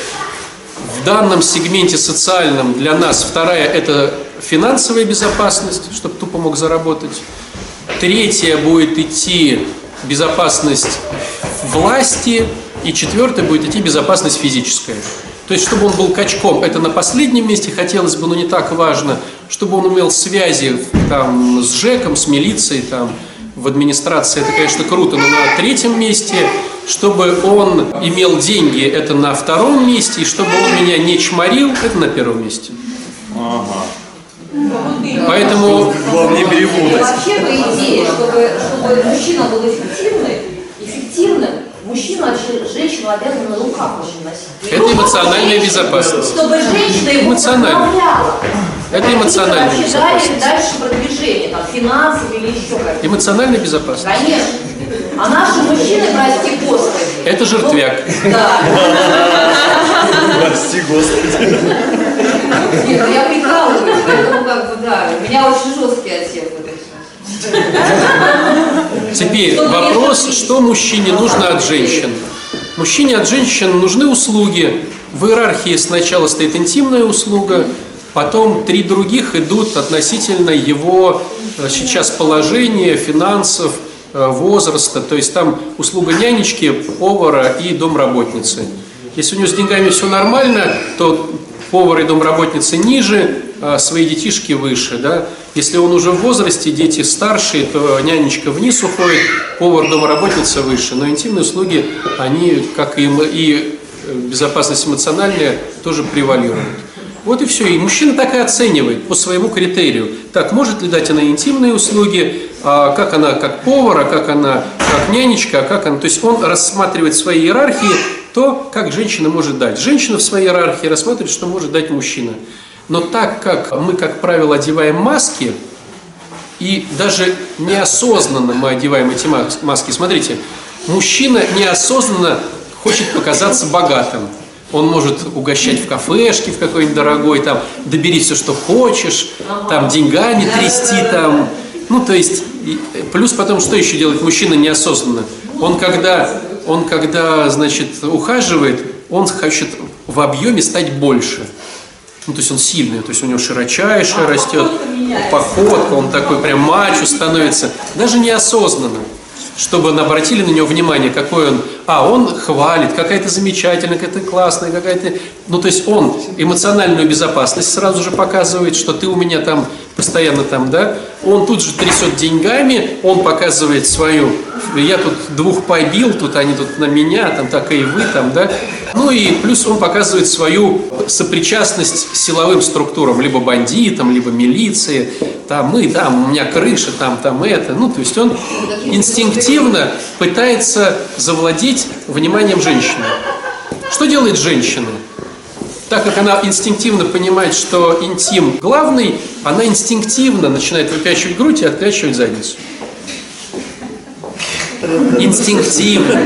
В данном сегменте социальном для нас вторая – это финансовая безопасность, чтобы тупо мог заработать. Третья будет идти безопасность власти, и четвертая будет идти безопасность физическая. То есть, чтобы он был качком, это на последнем месте хотелось бы, но не так важно, чтобы он имел связи там, с ЖЭКом, с милицией, там, в администрации, это, конечно, круто, но на третьем месте, чтобы он имел деньги, это на втором месте, и чтобы он меня не чморил, это на первом месте. Ага. Поэтому... Главное перепутать. Вообще, по идее, чтобы мужчина был эффективным, мужчина от женщину обязан на руках очень носить. Это эмоциональная безопасность. Чтобы женщина его управляла. Это эмоциональная безопасность. Дальше продвижение, там, финансовые или еще как-то. Эмоциональная безопасность. Конечно. А наши мужчины, прости Господи. Это жертвяк. Да. Прости, Господи. Нет, ну я прикалываюсь, поэтому как бы, да, у меня очень жесткий отсек в этом. Теперь вопрос, что мужчине нужно от женщин. Мужчине от женщин нужны услуги. В иерархии сначала стоит интимная услуга, потом 3 других идут относительно его сейчас положения, финансов, возраста. То есть там услуга нянечки, повара и домработницы. Если у него с деньгами все нормально, то повар и домработница ниже, а свои детишки выше. Да? Если он уже в возрасте, дети старшие, то нянечка вниз уходит, повар, домработница выше. Но интимные услуги, они, как и безопасность эмоциональная, тоже превалируют. Вот и все. И мужчина так и оценивает по своему критерию. Так, может ли дать она интимные услуги, как она как повар, а как она как нянечка, а как она... То есть он рассматривает в своей иерархии то, как женщина может дать. Женщина в своей иерархии рассматривает, что может дать мужчина. Но так как мы, как правило, одеваем маски, и даже неосознанно мы одеваем эти маски. Смотрите, мужчина неосознанно хочет показаться богатым. Он может угощать в кафешке, в какой-нибудь дорогой, там, добери все, что хочешь, там, деньгами трясти, там. Ну, то есть, плюс потом, что еще делает мужчина неосознанно? Он когда, значит, ухаживает, он хочет в объеме стать больше. Ну, то есть он сильный, то есть у него широчайшая растет, походка, он такой прям мачо становится, даже неосознанно. чтобы обратили на него внимание, какой он. Он хвалит, какая-то замечательная, какая-то классная, какая-то. Ну, то есть он эмоциональную безопасность сразу же показывает, что ты у меня там постоянно там, да. Он тут же трясет деньгами, он показывает свою. Я тут 2 побил, тут они тут на меня, там так и вы там, да. Ну и плюс он показывает свою сопричастность силовым структурам, либо бандитам, либо милиции. Там у меня крыша, там это. Ну, то есть он инстинктивно пытается завладеть вниманием женщины. Что делает женщина? Так как она инстинктивно понимает, что интим главный, она инстинктивно начинает выпячивать грудь и открещивать задницу. Инстинктивно.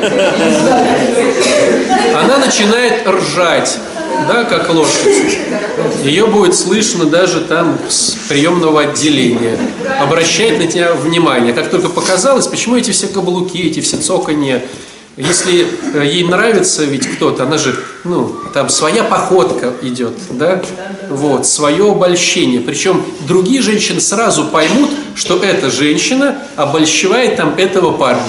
Она начинает ржать, да, как лошадь. Ее будет слышно даже там с приемного отделения. Обращает на тебя внимание. Как только показалось, почему эти все каблуки, эти все цоканья. Если ей нравится ведь кто-то, она же, там своя походка идет, да, вот, свое обольщение. Причем другие женщины сразу поймут, что эта женщина обольщает там этого парня.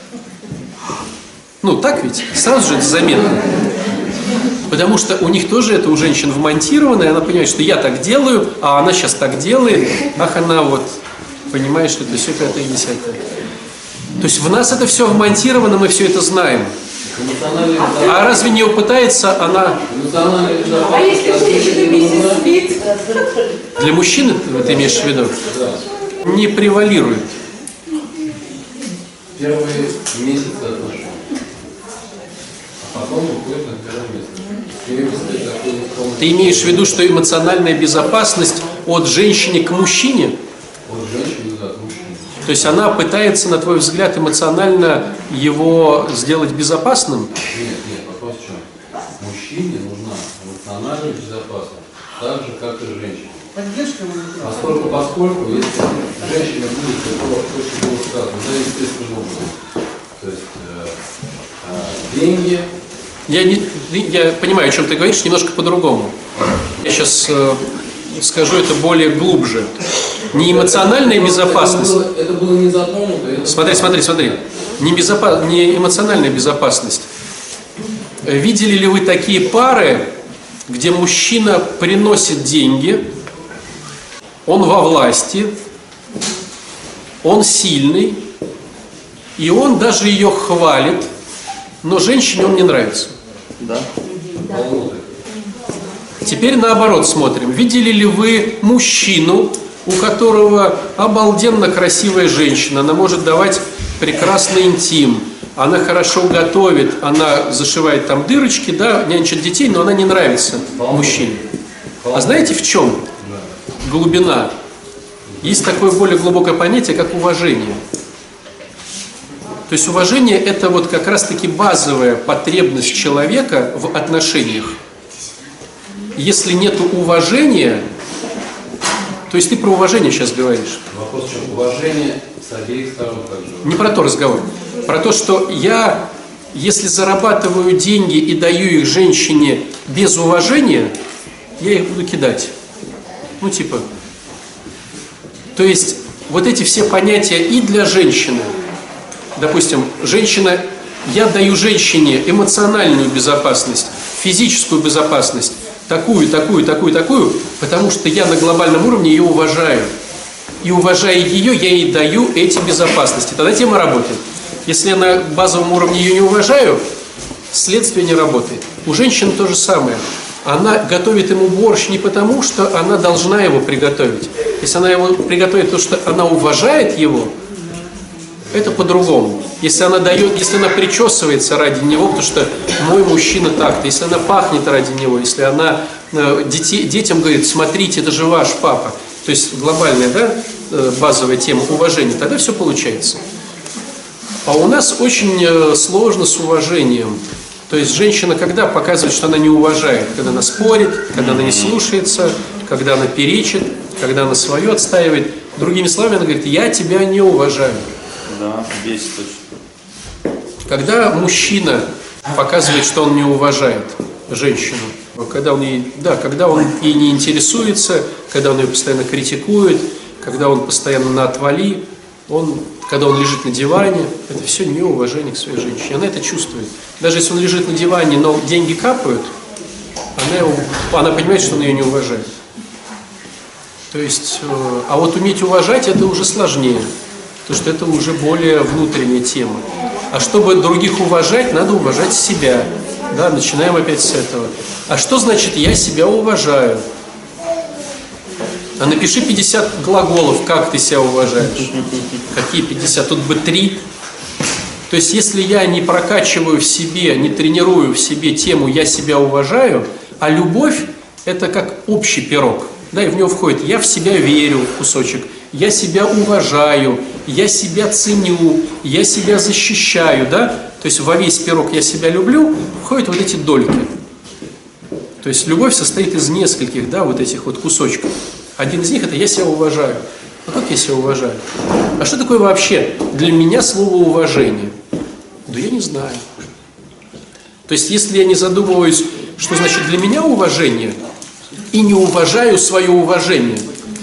Так ведь? Сразу же это заметно. Потому что у них тоже это у женщин вмонтировано, и она понимает, что я так делаю, а она сейчас так делает, она вот понимает, что это все 5-е и 10-е. То есть в нас это все вмонтировано, мы все это знаем. А разве не пытается она... А если женщина вместе спит? Для мужчины, ты имеешь в виду? Не превалирует. Первые месяцы отношений. А потом уходит на первое место. Ты имеешь в виду, что эмоциональная безопасность от женщины к мужчине? От женщины, да, к мужчине. То есть она пытается, на твой взгляд, эмоционально его сделать безопасным? Нет, вопрос в чем? Мужчине нужна эмоциональная безопасность, так же, как и женщине. Поскольку если женщина будет, то, что было сказано, да, естественно, то есть деньги... Я понимаю, о чем ты говоришь, немножко по-другому. Я сейчас скажу это более глубже. Не эмоциональная безопасность. Это было не затронуто. Смотри. Не эмоциональная безопасность. Видели ли вы такие пары, где мужчина приносит деньги, он во власти, он сильный, и он даже ее хвалит, но женщине он не нравится? Да. Теперь наоборот смотрим. Видели ли вы мужчину, у которого обалденно красивая женщина, она может давать прекрасный интим, она хорошо готовит, она зашивает там дырочки, да, нянчит детей, но она не нравится мужчине. А знаете в чем глубина? Есть такое более глубокое понятие, как уважение. То есть уважение – это вот как раз-таки базовая потребность человека в отношениях. Если нет уважения, то есть ты про уважение сейчас говоришь. Вопрос в чем? Уважение с обеих сторон также. Не про то разговор. Про то, что я, если зарабатываю деньги и даю их женщине без уважения, я их буду кидать. То есть вот эти все понятия и для женщины. Допустим, женщина, я даю женщине эмоциональную безопасность, физическую безопасность, такую, потому что я на глобальном уровне ее уважаю. И уважая ее, я ей даю эти безопасности. Тогда тема работает. Если я на базовом уровне ее не уважаю, следствие не работает. У женщины то же самое. Она готовит ему борщ не потому, что она должна его приготовить. Если она его приготовит, потому что она уважает его, это по-другому. Если она дает, если она причесывается ради него, потому что мой мужчина так-то, если она пахнет ради него, если она детям говорит, смотрите, это же ваш папа. То есть глобальная, да, базовая тема уважения, тогда все получается. А у нас очень сложно с уважением. То есть женщина когда показывает, что она не уважает? Когда она спорит, когда она не слушается, когда она перечит, когда она свое отстаивает. Другими словами, она говорит, я тебя не уважаю. Да, бесит очень. Когда мужчина показывает, что он не уважает женщину, когда он ей не интересуется, когда он ее постоянно критикует, когда он постоянно на отвали, он когда он лежит на диване, это все неуважение к своей женщине. Она это чувствует. Даже если он лежит на диване, но деньги капают, она понимает, что он ее не уважает. То есть, а вот уметь уважать, это уже сложнее, потому что это уже более внутренняя тема. А чтобы других уважать, надо уважать себя. Да, начинаем опять с этого. А что значит «я себя уважаю»? А напиши 50 глаголов, как ты себя уважаешь. Какие 50? Тут бы 3. То есть, если я не прокачиваю в себе, не тренирую в себе тему «я себя уважаю», а любовь – это как общий пирог. Да, и в него входит «я в себя верю» кусочек, «я себя уважаю», «я себя ценю», «я себя защищаю». Да? То есть, во весь пирог «я себя люблю» входят вот эти дольки. То есть, любовь состоит из нескольких, да, вот этих вот кусочков. Один из них – это «я себя уважаю». А как я себя уважаю? А что такое вообще для меня слово «уважение»? Да я не знаю. То есть, если я не задумываюсь, что значит для меня уважение, и не уважаю свое уважение,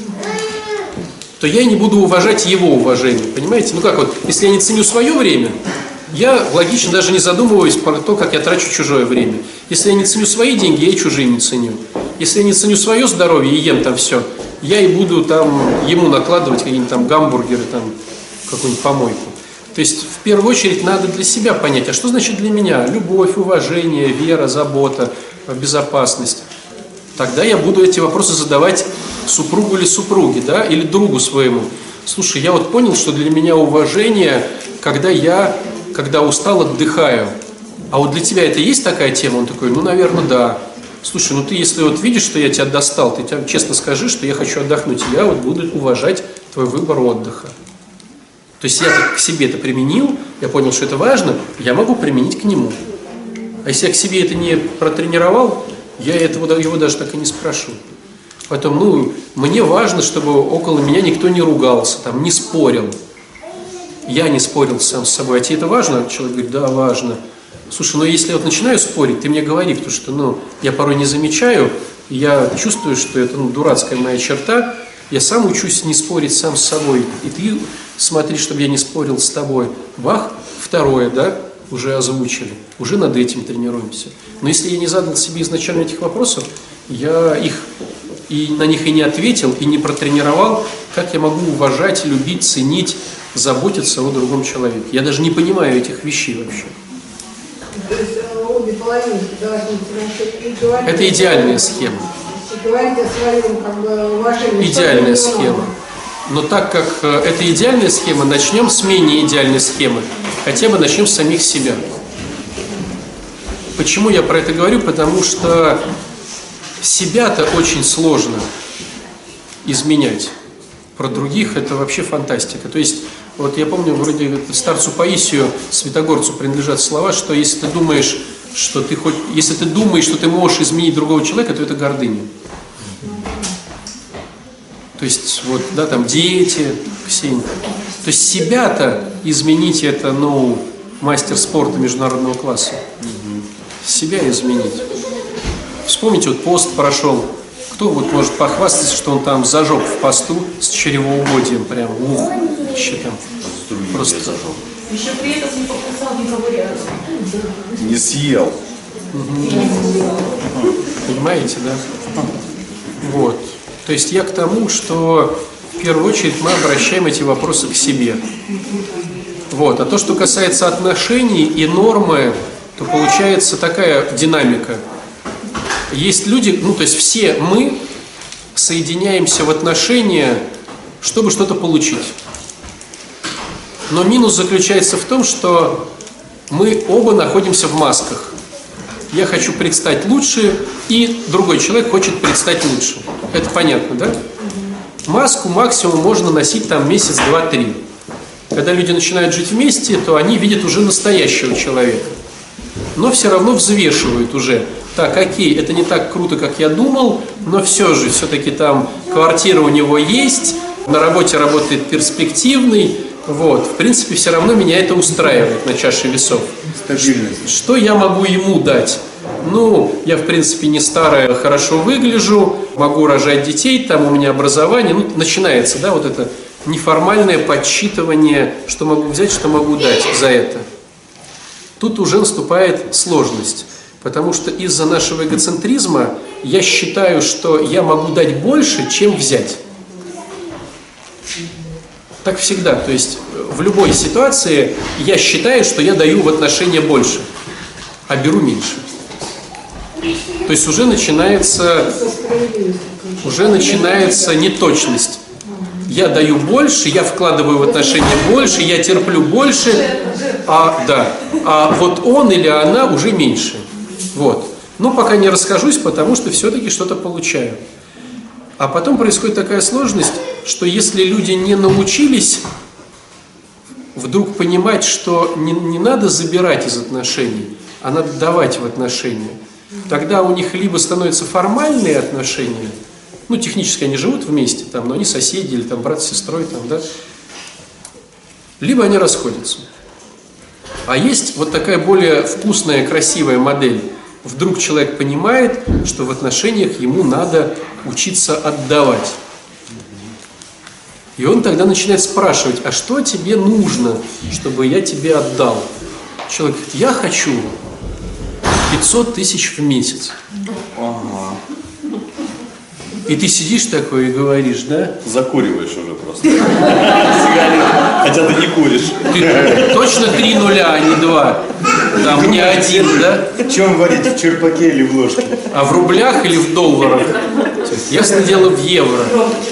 то я не буду уважать его уважение. Понимаете? Ну как вот, если я не ценю свое время, я логично даже не задумываюсь про то, как я трачу чужое время. Если я не ценю свои деньги, я и чужие не ценю. Если я не ценю свое здоровье и ем там все, я и буду там ему накладывать какие-нибудь там гамбургеры, там какую-нибудь помойку. То есть в первую очередь надо для себя понять, а что значит для меня любовь, уважение, вера, забота, безопасность. Тогда я буду эти вопросы задавать супругу или супруге, да, или другу своему. Слушай, я вот понял, что для меня уважение, когда устал, отдыхаю. А вот для тебя это есть такая тема? Он такой, ну, наверное, да. Слушай, ну ты если вот видишь, что я тебя достал, ты честно скажи, что я хочу отдохнуть, и я вот буду уважать твой выбор отдыха. То есть я к себе это применил, я понял, что это важно, я могу применить к нему. А если я к себе это не протренировал, я его даже так и не спрошу. Поэтому, мне важно, чтобы около меня никто не ругался, там, не спорил. Я не спорил сам с собой. А тебе это важно? Человек говорит, да, важно. Слушай, ну если я вот начинаю спорить, ты мне говори, потому что, я порой не замечаю, я чувствую, что это, дурацкая моя черта, я сам учусь не спорить сам с собой, и ты смотри, чтобы я не спорил с тобой. Бах, второе, да, уже озвучили, уже над этим тренируемся. Но если я не задал себе изначально этих вопросов, я их на них и не ответил, и не протренировал, как я могу уважать, любить, ценить, заботиться о другом человеке. Я даже не понимаю этих вещей вообще. То есть обе половинки должны говорить. Это идеальная схема. Говорить о своем уважении. Идеальная схема. Но так как это идеальная схема, начнем с менее идеальной схемы. Хотя бы начнем с самих себя. Почему я про это говорю? Потому что себя-то очень сложно изменять. Про других это вообще фантастика. То есть, вот я помню, вроде старцу Паисию, Святогорцу принадлежат слова, что если ты думаешь, что ты можешь изменить другого человека, то это гордыня. То есть, вот, да, там дети, Ксения. То есть себя-то изменить это, мастер спорта международного класса. Себя изменить. Вспомните, вот пост прошел. Кто вот может похвастаться, что он там зажег в посту с чревоугодием прям, еще там. Просто зажег. Еще при этом не покусал никого рядом. Не съел. Понимаете, да? Вот. То есть я к тому, что в первую очередь мы обращаем эти вопросы к себе. Вот. А то, что касается отношений и нормы, то получается такая динамика. Есть люди, то есть все мы соединяемся в отношения, чтобы что-то получить. Но минус заключается в том, что мы оба находимся в масках. Я хочу предстать лучше, и другой человек хочет предстать лучше. Это понятно, да? Маску максимум можно носить там месяц, два, 3. Когда люди начинают жить вместе, то они видят уже настоящего человека. Но все равно взвешивают уже. Так, окей, это не так круто, как я думал, но все-таки там квартира у него есть, на работе работает перспективный. Вот, в принципе, все равно меня это устраивает на чаше весов. Стабильность. Что я могу ему дать? Я, в принципе, не старая, хорошо выгляжу, могу рожать детей, там у меня образование. Начинается, да, вот это неформальное подсчитывание, что могу взять, что могу дать за это. Тут уже наступает сложность, потому что из-за нашего эгоцентризма я считаю, что я могу дать больше, чем взять. Так всегда, то есть в любой ситуации я считаю, что я даю в отношения больше, а беру меньше. То есть уже начинается неточность. Я даю больше, я вкладываю в отношения больше, я терплю больше, а вот он или она уже меньше. Вот. Но пока не расскажусь, потому что все-таки что-то получаю. А потом происходит такая сложность, что если люди не научились вдруг понимать, что не надо забирать из отношений, а надо давать в отношения, тогда у них либо становятся формальные отношения, ну, технически они живут вместе, там, но они соседи или там, брат с сестрой, там, да, либо они расходятся. А есть вот такая более вкусная, красивая модель. Вдруг человек понимает, что в отношениях ему надо учиться отдавать. И он тогда начинает спрашивать, а что тебе нужно, чтобы я тебе отдал? Человек говорит, я хочу 500 тысяч в месяц. Ага. И ты сидишь такой и говоришь, да? Закуриваешь уже просто. Сигарету. Хотя ты не куришь. Ты точно 3 нуля, а не 2. Там не 1, да? Чем варить, в черпаке или в ложке? А в рублях или в долларах? Ясно дело, в евро.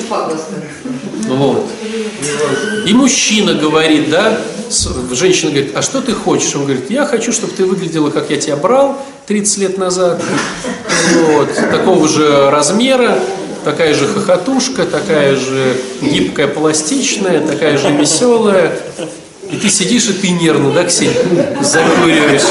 Вот. И мужчина говорит, да? Женщина говорит, а что ты хочешь? Он говорит, я хочу, чтобы ты выглядела, как я тебя брал 30 лет назад. Вот. Такого же размера, такая же хохотушка, такая же гибкая, пластичная, такая же веселая. И ты сидишь, и ты нервно, да, Ксения, закуриваешь.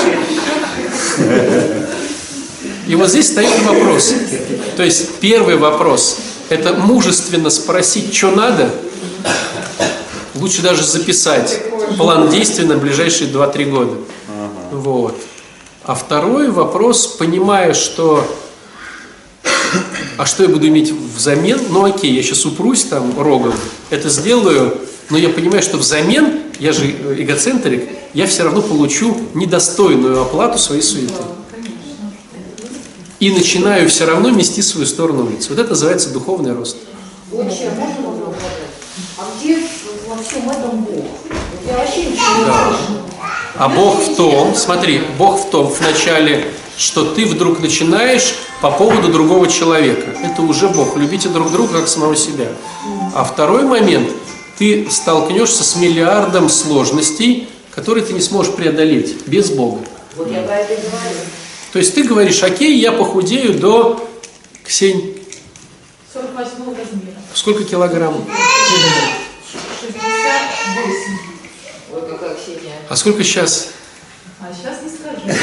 И вот здесь стоит вопрос. То есть первый вопрос – это мужественно спросить, что надо. Лучше даже записать план действий на ближайшие 2-3 года. Вот. А второй вопрос, понимая, что а что я буду иметь взамен? Ну окей, я сейчас упрусь там рогом, это сделаю, но я понимаю, что взамен, я же эгоцентрик, я все равно получу недостойную оплату своей суеты. И начинаю все равно мести свою сторону улицы. Вот это называется духовный рост. Отче, можно вопрос задать? А где во всем этом Бог? Я вообще ничего не слышу. А Бог в том, смотри, Бог в том вначале, что ты вдруг начинаешь по поводу другого человека. Это уже Бог. Любите друг друга как самого себя. А второй момент, ты столкнешься с миллиардом сложностей, которые ты не сможешь преодолеть без Бога. Вот я про это и говорю. То есть ты говоришь, окей, я похудею до, Ксень, 48 размера. сколько килограмм? 68. Ой, какая Ксения. А сколько сейчас? А сейчас не скажу.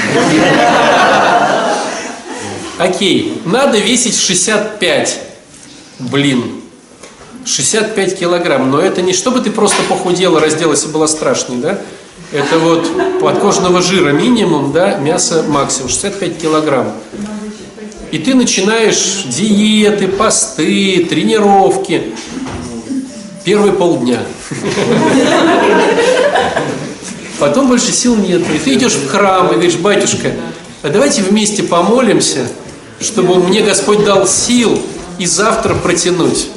Окей, надо весить 65. Блин, 65 килограмм. Но это не чтобы ты просто похудела, разделась и была страшной, да? Это вот подкожного жира минимум, да, мясо максимум, 65 килограмм. И ты начинаешь диеты, посты, тренировки. Первые полдня. Потом больше сил нет. И ты идешь в храм и говоришь, батюшка, а давайте вместе помолимся, чтобы мне Господь дал сил и завтра протянуть.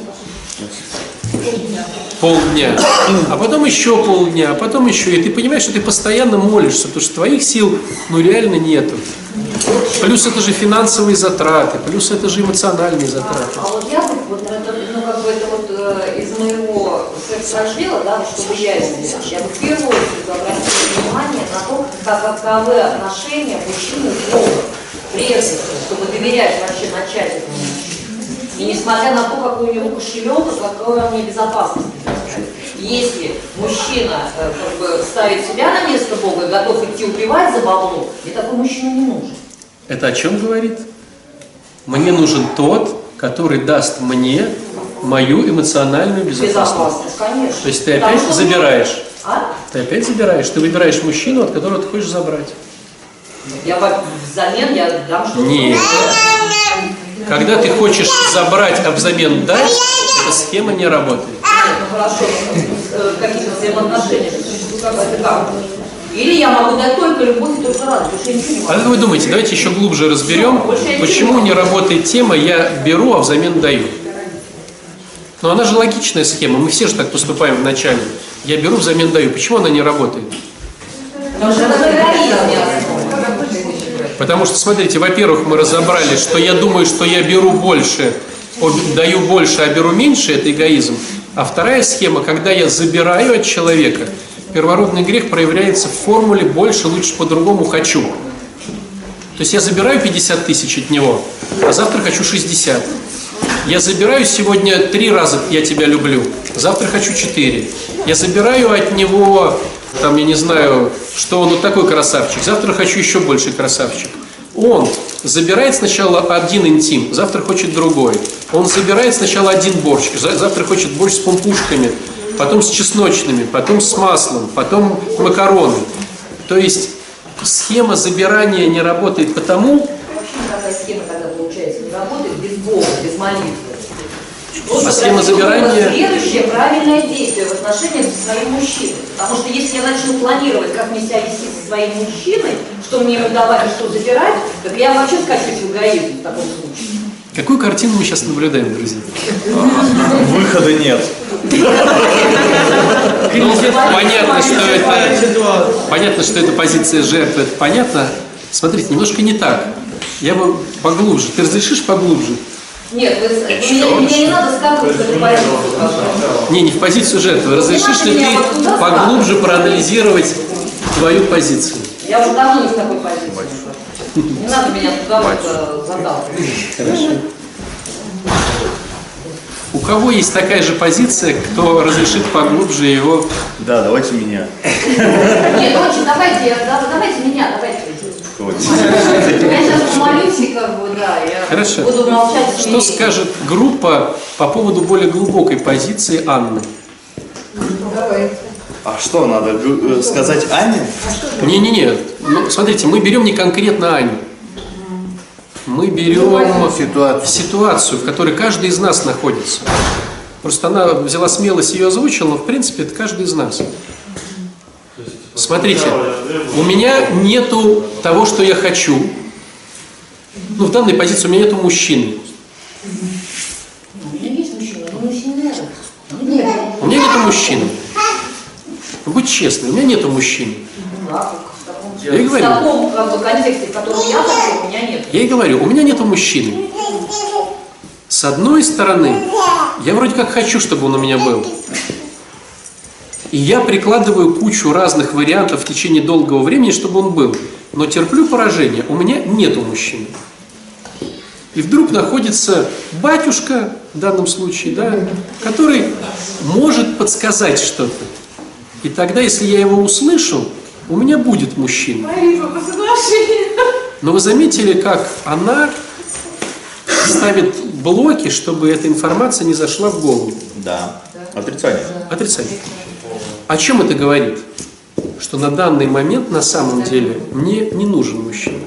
Полдня. А потом еще полдня, а потом еще. И ты понимаешь, что ты постоянно молишься, потому что твоих сил, ну, реально нету. Плюс это же финансовые затраты, плюс это же эмоциональные затраты. А вот я вот это, ну, как бы это вот из моего секс-раздела, да, чтобы я сделала, я бы в первую очередь обратила внимание на то, каковы отношения мужчины с Богом. Прежде, чтобы доверять вообще начать этому мужчине. И несмотря на то, какой у него кошелек, какой он мне безопасность. Если мужчина как бы ставит себя на место Бога и готов идти убивать за бабло, мне такой мужчина не нужен. Это о чем говорит? Мне нужен тот, который даст мне мою эмоциональную безопасность. Безопасность, конечно. То есть ты опять забираешь. А? Ты опять забираешь. Ты выбираешь мужчину, от которого ты хочешь забрать. Я взамен я дам что-то. Нет. Когда ты хочешь забрать, а взамен дать, эта схема не работает. ну хорошо, какие-то взаимоотношения, это как? Или я могу дать только любовь и только радость, потому что я ничего не могу. А как вы думаете, давайте еще глубже разберем, почему не работает тема «я беру, а взамен даю». Но она же логичная схема, мы все же так поступаем вначале. Я беру, взамен даю. Почему она не работает? Потому что это эгоизм. Потому что, смотрите, во-первых, мы разобрали, что я думаю, что я беру больше, даю больше, а беру меньше, это эгоизм. А вторая схема, когда я забираю от человека, первородный грех проявляется в формуле «больше, лучше, по-другому хочу». То есть я забираю 50 тысяч от него, а завтра хочу 60. Я забираю сегодня 3 раза «я тебя люблю», завтра хочу 4. Я забираю от него, там, я не знаю, что он вот такой красавчик, завтра хочу еще больше красавчик. Он забирает сначала один интим, завтра хочет другой. Он забирает сначала один борщ, завтра хочет борщ с пампушками, потом с чесночными, потом с маслом, потом макароны. То есть схема забирания не работает потому... Какая схема тогда получается? Не работает без Бога, без молитвы. А схема забирания... Следующее правильное действие в отношениях со своим мужчиной. Потому что если я начну планировать, как мне себя вести со своим мужчиной, что мне ему давать и что забирать, так я вообще скачусь в эгоизм в таком случае. Какую картину мы сейчас наблюдаем, друзья? Выхода нет. Ну, понятно, что это позиция жертвы, это понятно. Смотрите, немножко не так. Я бы поглубже. Ты разрешишь поглубже? Нет, мне не надо скакивать в эту позицию. Не в позицию жертвы. Разрешишь ли ты поглубже проанализировать твою позицию? Я уже давно не в такой позиции. Не надо меня туда вот заталкивать. Хорошо. У кого есть такая же позиция, кто разрешит поглубже его? Да, давайте меня. Нет, очень, давайте меня, давайте. Я сейчас молюсь, и как бы, да, я Хорошо. буду молчать. Что скажет группа по поводу более глубокой позиции Анны? А что, надо сказать Ане? Не. Ну, смотрите, мы берем не конкретно Аню. Мы берем ситуацию, в которой каждый из нас находится. Просто она взяла смелость и ее озвучила, но в принципе это каждый из нас. Смотрите, у меня нету того, что я хочу. Ну, в данной позиции у меня нету мужчины. У меня есть мужчина, но мужчина не надо. У меня нету мужчины. Будь честным, у меня нету мужчины. Я и говорю. В таком как бы, контексте, в котором я хочу, у меня нет. Я и говорю, у меня нету мужчины. С одной стороны, я вроде как хочу, чтобы он у меня был. И я прикладываю кучу разных вариантов в течение долгого времени, чтобы он был. Но терплю поражение. У меня нету мужчины. И вдруг находится батюшка, в данном случае, да, который может подсказать что-то. И тогда, если я его услышу, у меня будет мужчина. Но вы заметили, как она ставит блоки, чтобы эта информация не зашла в голову? Да. Отрицание. Отрицание. О чем это говорит? Что на данный момент, на самом деле, мне не нужен мужчина.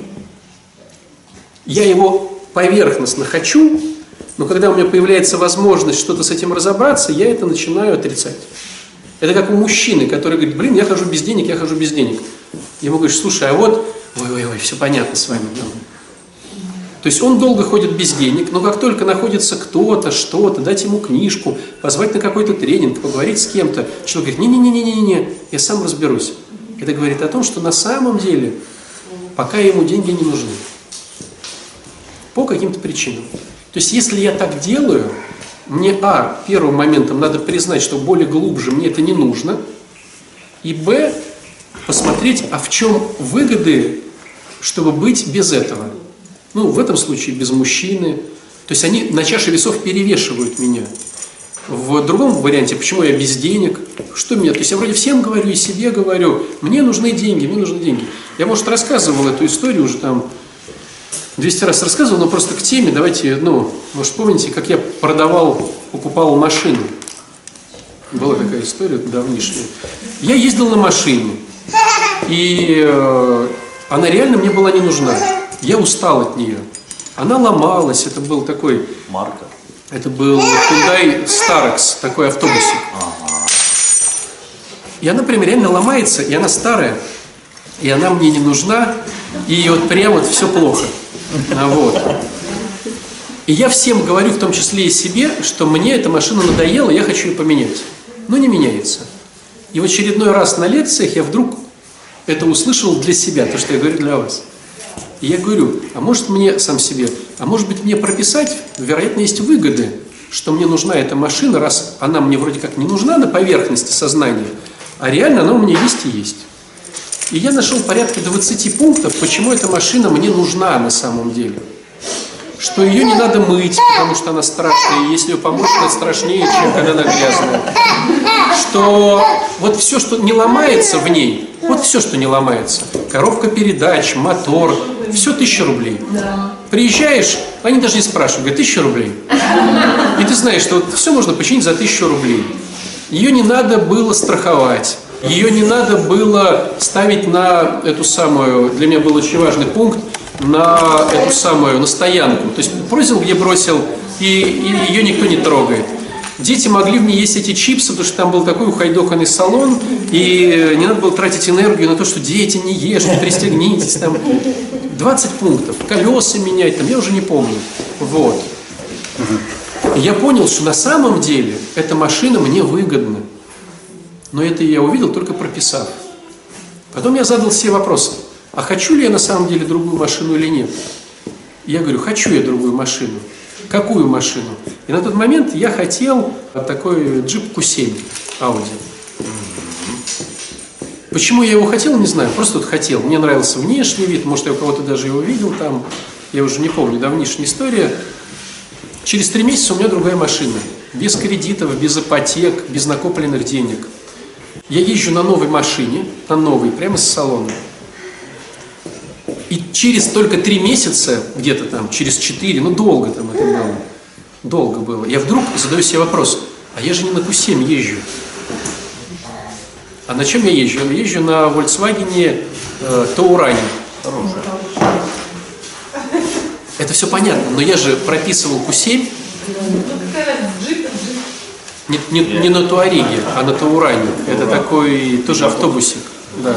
Я его поверхностно хочу, но когда у меня появляется возможность что-то с этим разобраться, я это начинаю отрицать. Это как у мужчины, который говорит, блин, я хожу без денег, я хожу без денег. Я ему говорю, слушай, а вот, ой, все понятно с вами. То есть он долго ходит без денег, но как только находится кто-то, что-то, дать ему книжку, позвать на какой-то тренинг, поговорить с кем-то, человек говорит, не, я сам разберусь. Это говорит о том, что на самом деле пока ему деньги не нужны. По каким-то причинам. То есть если я так делаю, мне, первым моментом надо признать, что более глубже мне это не нужно, и, посмотреть, а в чем выгоды, чтобы быть без этого. Ну, в этом случае без мужчины. То есть они на чаше весов перевешивают меня. В другом варианте, почему я без денег, что меня, то есть я вроде всем говорю и себе говорю, мне нужны деньги. Я, может, рассказывал эту историю уже там 200 раз рассказывал, но просто к теме, давайте, может, помните, как я покупал машину. Была такая история давнишняя. Я ездил на машине, и она реально мне была не нужна. Я устал от нее. Она ломалась, это был такой... Марка. Это был Hyundai Starex, такой автобусик. И она прям реально ломается, и она старая, и она мне не нужна, и вот прям вот все плохо. Вот. И я всем говорю, в том числе и себе, что мне эта машина надоела, я хочу ее поменять. Но не меняется. И в очередной раз на лекциях я вдруг это услышал для себя, то, что я говорю для вас. И я говорю, а может мне сам себе, а может быть мне прописать, вероятно, есть выгоды, что мне нужна эта машина, раз она мне вроде как не нужна на поверхности сознания, а реально она у меня есть и есть. И я нашел порядка 20 пунктов, почему эта машина мне нужна на самом деле. Что ее не надо мыть, потому что она страшная, и если ее помыть, она страшнее, чем когда она грязная. Что вот все, что не ломается в ней, вот все, что не ломается, коробка передач, мотор, все 1000 рублей. Приезжаешь, они даже не спрашивают, говорят, 1000 рублей. И ты знаешь, что вот все можно починить за 1000 рублей. Ее не надо было страховать. Ее не надо было ставить на эту самую, для меня был очень важный пункт, на эту самую, на стоянку. То есть бросил, где бросил, и ее никто не трогает. Дети могли в ней есть эти чипсы, потому что там был такой ухайдоканный салон, и не надо было тратить энергию на то, что дети, не ешьте, пристегнитесь. Там 20 пунктов, колеса менять, там, я уже не помню. Вот. И я понял, что на самом деле эта машина мне выгодна. Но это я увидел, только прописав. Потом я задал себе вопрос, а хочу ли я на самом деле другую машину или нет? И я говорю, хочу я другую машину. Какую машину? И на тот момент я хотел такой джип Q7 Audi. Почему я его хотел, не знаю, просто вот хотел. Мне нравился внешний вид, может, я у кого-то даже его видел там, я уже не помню, давнишняя история. Через 3 месяца у меня другая машина. Без кредитов, без ипотек, без накопленных денег. Я езжу на новой машине, на новой, прямо с салона. И через только 3 месяца, где-то там, через 4, ну долго там это было, долго было, я вдруг задаю себе вопрос, а я же не на Q7 езжу. А на чем я езжу? Я езжу на Volkswagen Touran. Это все понятно, но я же прописывал Q7 не на Туареге, а на Тауране. Это такой тоже автобусик. Да.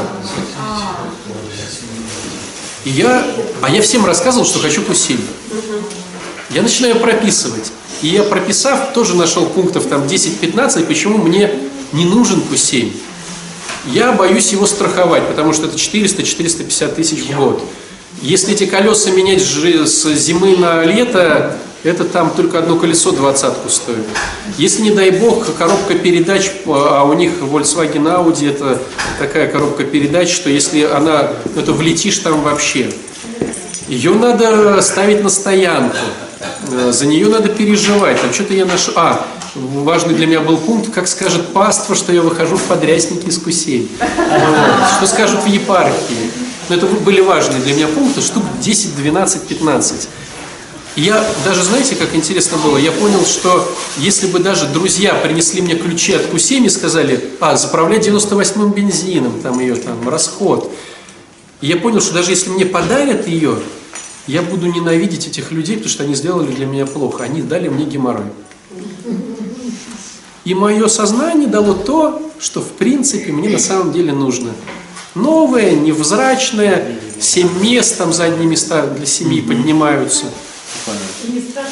И я всем рассказывал, что хочу Q7. Я начинаю прописывать. И я, прописав, тоже нашел пунктов там 10-15, почему мне не нужен Q7. Я боюсь его страховать, потому что это 400-450 тысяч в год. Если эти колеса менять с зимы на лето, это там только одно колесо 20-ку стоит. Если, не дай бог, коробка передач, а у них Volkswagen Audi, это такая коробка передач, что если она, это влетишь там вообще. Ее надо ставить на стоянку, за нее надо переживать. Там что-то я нашел. Важный для меня был пункт, как скажет паства, что я выхожу в подрясники из Q7. Что скажут в епархии. Но это были важные для меня пункты, штук 10, 12, 15. И я даже, знаете, как интересно было, я понял, что если бы даже друзья принесли мне ключи от Q7 и сказали, заправлять 98-м бензином, там ее там расход. И я понял, что даже если мне подарят ее, я буду ненавидеть этих людей, потому что они сделали для меня плохо, они дали мне геморрой. И мое сознание дало то, что в принципе мне на самом деле нужно. Новое, невзрачное, 7 мест, там задние места для семьи поднимаются. Не страшно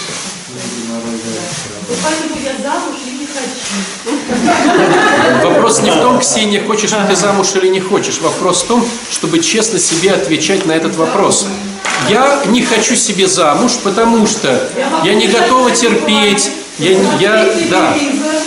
поэтому я замуж и не хочу. Вопрос не в том, Ксения, хочешь ли ты замуж или не хочешь. Вопрос в том, чтобы честно себе отвечать на этот вопрос. Я не хочу себе замуж, потому что я не готова терпеть. Да.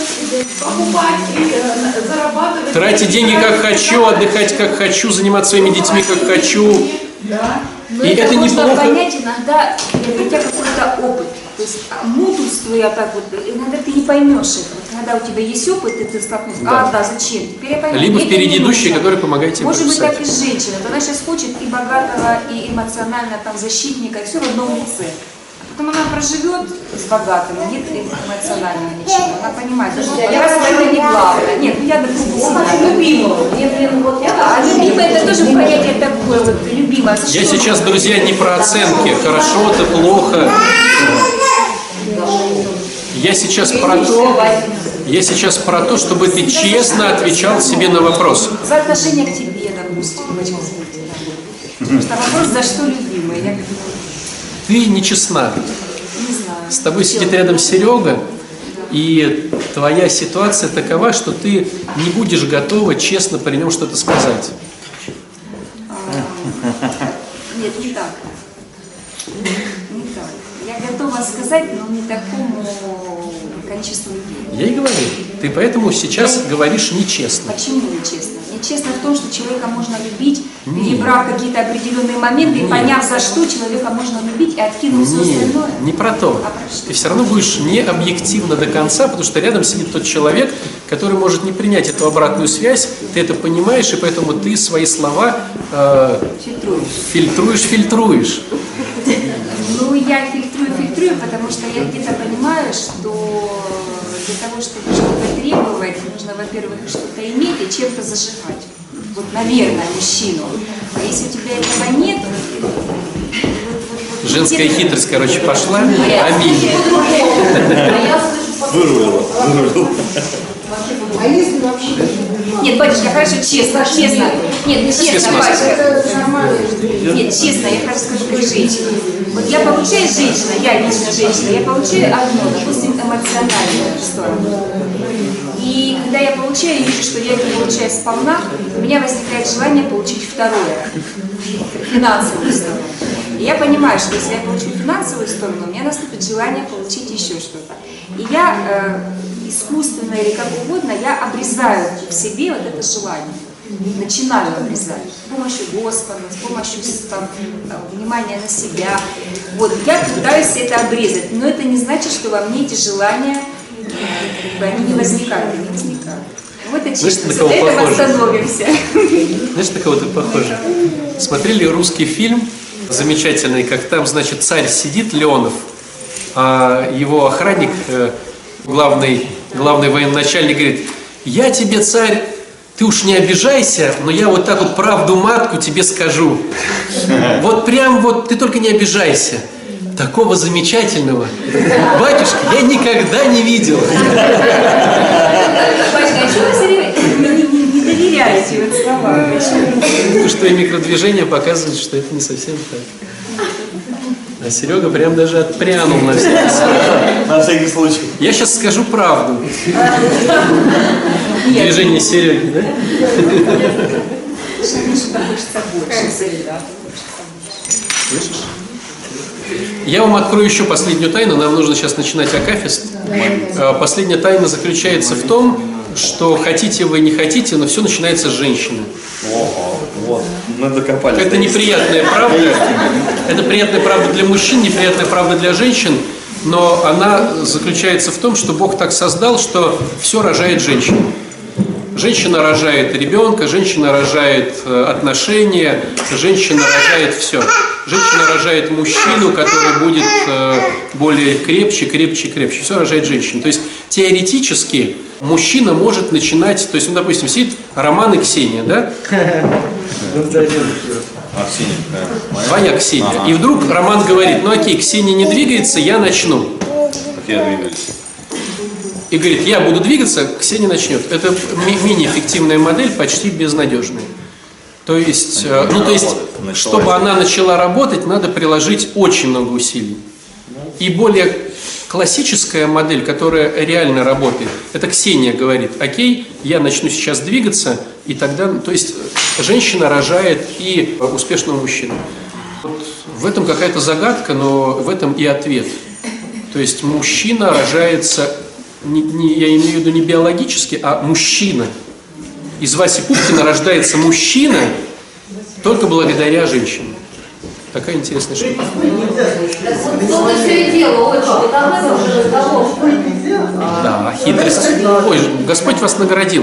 Тратить деньги как хочу, отдыхать как хочу, заниматься своими детьми как хочу. Но и это можно неплохо. понять иногда, у тебя какой-то опыт. То есть мудрство, я так вот, иногда ты не поймешь это. Вот, когда у тебя есть опыт, и ты столкнулся, зачем? Теперь я пойму. Либо впереди идущие, которые помогают тебе Может быть, прописать. так и с женщиной. Вот она сейчас хочет и богатого, и эмоционально там защитника, и все в одном лице. Потом она проживет с богатым, нет эмоционального ничего. Она понимает, что это не главное. Нет, я, допустим, Любимого. Мне, вот а любимое это тоже понятие такое, вот любимое. Я сейчас, друзья, не про оценки. Хорошо это, плохо. Я сейчас про то, чтобы ты честно отвечал себе на вопрос. За отношение к тебе, допустим, Просто вопрос, за что любимый? Я говорю, Ты нечестна. не знаю. С тобой сидит рядом Серега, и твоя ситуация такова, что ты не будешь готова честно при нем что-то сказать. Нет, не так. Не так. Я готова сказать, но не такому количеству людей. Я и говорю, ты поэтому сейчас говоришь нечестно. Почему нечестно? Нечестно в том, что человека можно любить, перебрав какие-то определенные моменты, и поняв, за что человека можно любить, и откинув все остальное. Не про то. А про что? Ты все равно будешь не объективно до конца, потому что рядом сидит тот человек, который может не принять эту обратную связь, ты это понимаешь, и поэтому ты свои слова фильтруешь. Ну, я фильтрую, потому что я где-то понимаю, что для того, чтобы что-то требовать, нужно, во-первых, что-то иметь и чем-то зажигать. Вот, наверное, мужчину. А если у тебя этого нет... Женская хитрость, короче, пошла. Аминь. Вырвало. А если вообще... Нет, батюшка, хорошо, честно. Нет, честно, батюшка. Нет, честно, я хорошо скажу, как женщина. Вот я получаю женщина, я лично женщина, я получаю одно, допустим, эмоциональную сторону. И когда я получаю, вижу, что я это получаю сполна, у меня возникает желание получить второе, финансовую сторону. И я понимаю, что если я получу финансовую сторону, у меня наступит желание получить еще что-то. И я искусственно или как угодно, я обрезаю в себе вот это желание. Начинаю обрезать с помощью Господа, с помощью внимания на себя. Вот, я пытаюсь это обрезать, но это не значит, что во мне эти желания, они не возникают, они возникают. Вот это чисто, на этом остановимся. Знаешь, на кого ты похожа? Смотрели русский фильм замечательный, как там, значит, царь сидит, Леонов, а его охранник, главный военачальник, говорит: я тебе, царь, ты уж не обижайся, но я вот так вот правду матку тебе скажу. Вот прям вот, ты только не обижайся. Такого замечательного батюшка я никогда не видел. Батюшка, а что вы не доверяете вот словам? Потому что и микродвижение показывает, что это не совсем так. А Серега прям даже отпрянул на всякий случай. На всякий случай. Я сейчас скажу правду. Движение Сереги, да? Что-то хочется больше. Слышишь? Я вам открою еще последнюю тайну. Нам нужно сейчас начинать акафист. Последняя тайна заключается в том, что хотите вы, не хотите, но все начинается с женщины. Вот, мы докопались. Это неприятная правда. Это приятная правда для мужчин, неприятная правда для женщин. Но она заключается в том, что Бог так создал, что все рожает женщина. Женщина рожает ребенка, женщина рожает отношения, женщина рожает все. Женщина рожает мужчину, который будет более крепче. Все рожает женщина. То есть теоретически мужчина может начинать, то есть, ну, допустим, сидит Роман и Ксения, да? Ксения, Твоя Ксения. И вдруг Роман говорит: ну окей, Ксения не двигается, я начну. как я двигаюсь. И говорит: я буду двигаться, Ксения начнет. Это менее эффективная модель, почти безнадежная. То есть, чтобы она начала работать, надо приложить очень много усилий. И более классическая модель, которая реально работает, это Ксения говорит: окей, я начну сейчас двигаться, и тогда, то есть женщина рожает и успешного мужчину. Вот в этом какая-то загадка, но в этом и ответ. То есть мужчина рожается, я имею в виду не биологически, а мужчина. Из Васи Пупкина рождается мужчина только благодаря женщине. Такая интересная штука. Вот все и дело, очень. Вот об этом же разговор. Да, хитрость. Ой, Господь вас наградил.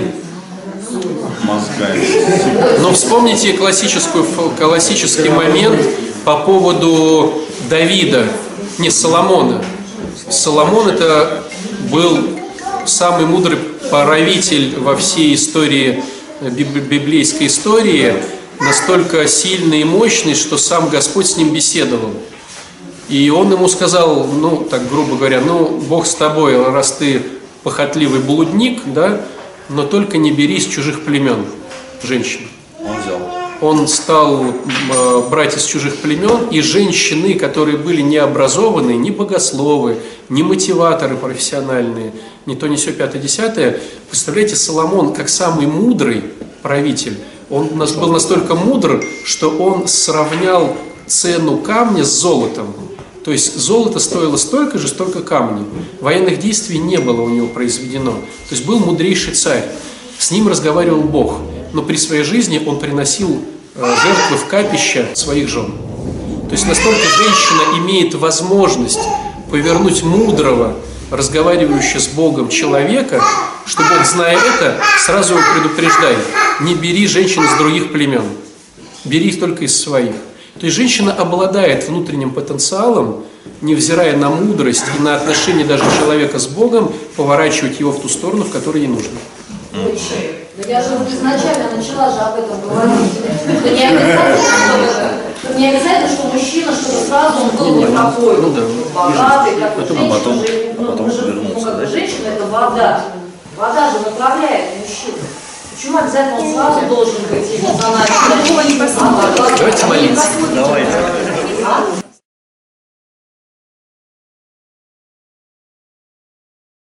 Мозгами. Но вспомните классический момент по поводу Давида, не Соломона. Соломон — это был самый мудрый правитель во всей истории, библейской истории, настолько сильный и мощный, что сам Господь с ним беседовал. И он ему сказал, ну, так грубо говоря, ну, Бог с тобой, раз ты похотливый блудник, да, но только не бери из чужих племен женщин. Он взял. Он стал брать из чужих племен, и женщины, которые были не образованные, не богословы, не мотиваторы профессиональные, ни то, ни сё, 5-10. Представляете, Соломон, как самый мудрый правитель, он был настолько мудр, что он сравнял цену камня с золотом. То есть золото стоило столько же, столько камней. Военных действий не было у него произведено. То есть был мудрейший царь. С ним разговаривал Бог. Но при своей жизни он приносил жертвы в капища своих жен. То есть настолько женщина имеет возможность повернуть мудрого, разговаривающего с Богом человека, что Бог, зная это, сразу его предупреждает: не бери женщин из других племен, бери их только из своих. То есть женщина обладает внутренним потенциалом, невзирая на мудрость и на отношение даже человека с Богом, поворачивать его в ту сторону, в которой ей нужно. Да я же вот изначально начала же об этом говорить. Что не обязательно, что мужчина, чтобы сразу он был вот такой, богатый, как женщина это вода. Вода же направляет мужчину. Почему обязательно он сразу должен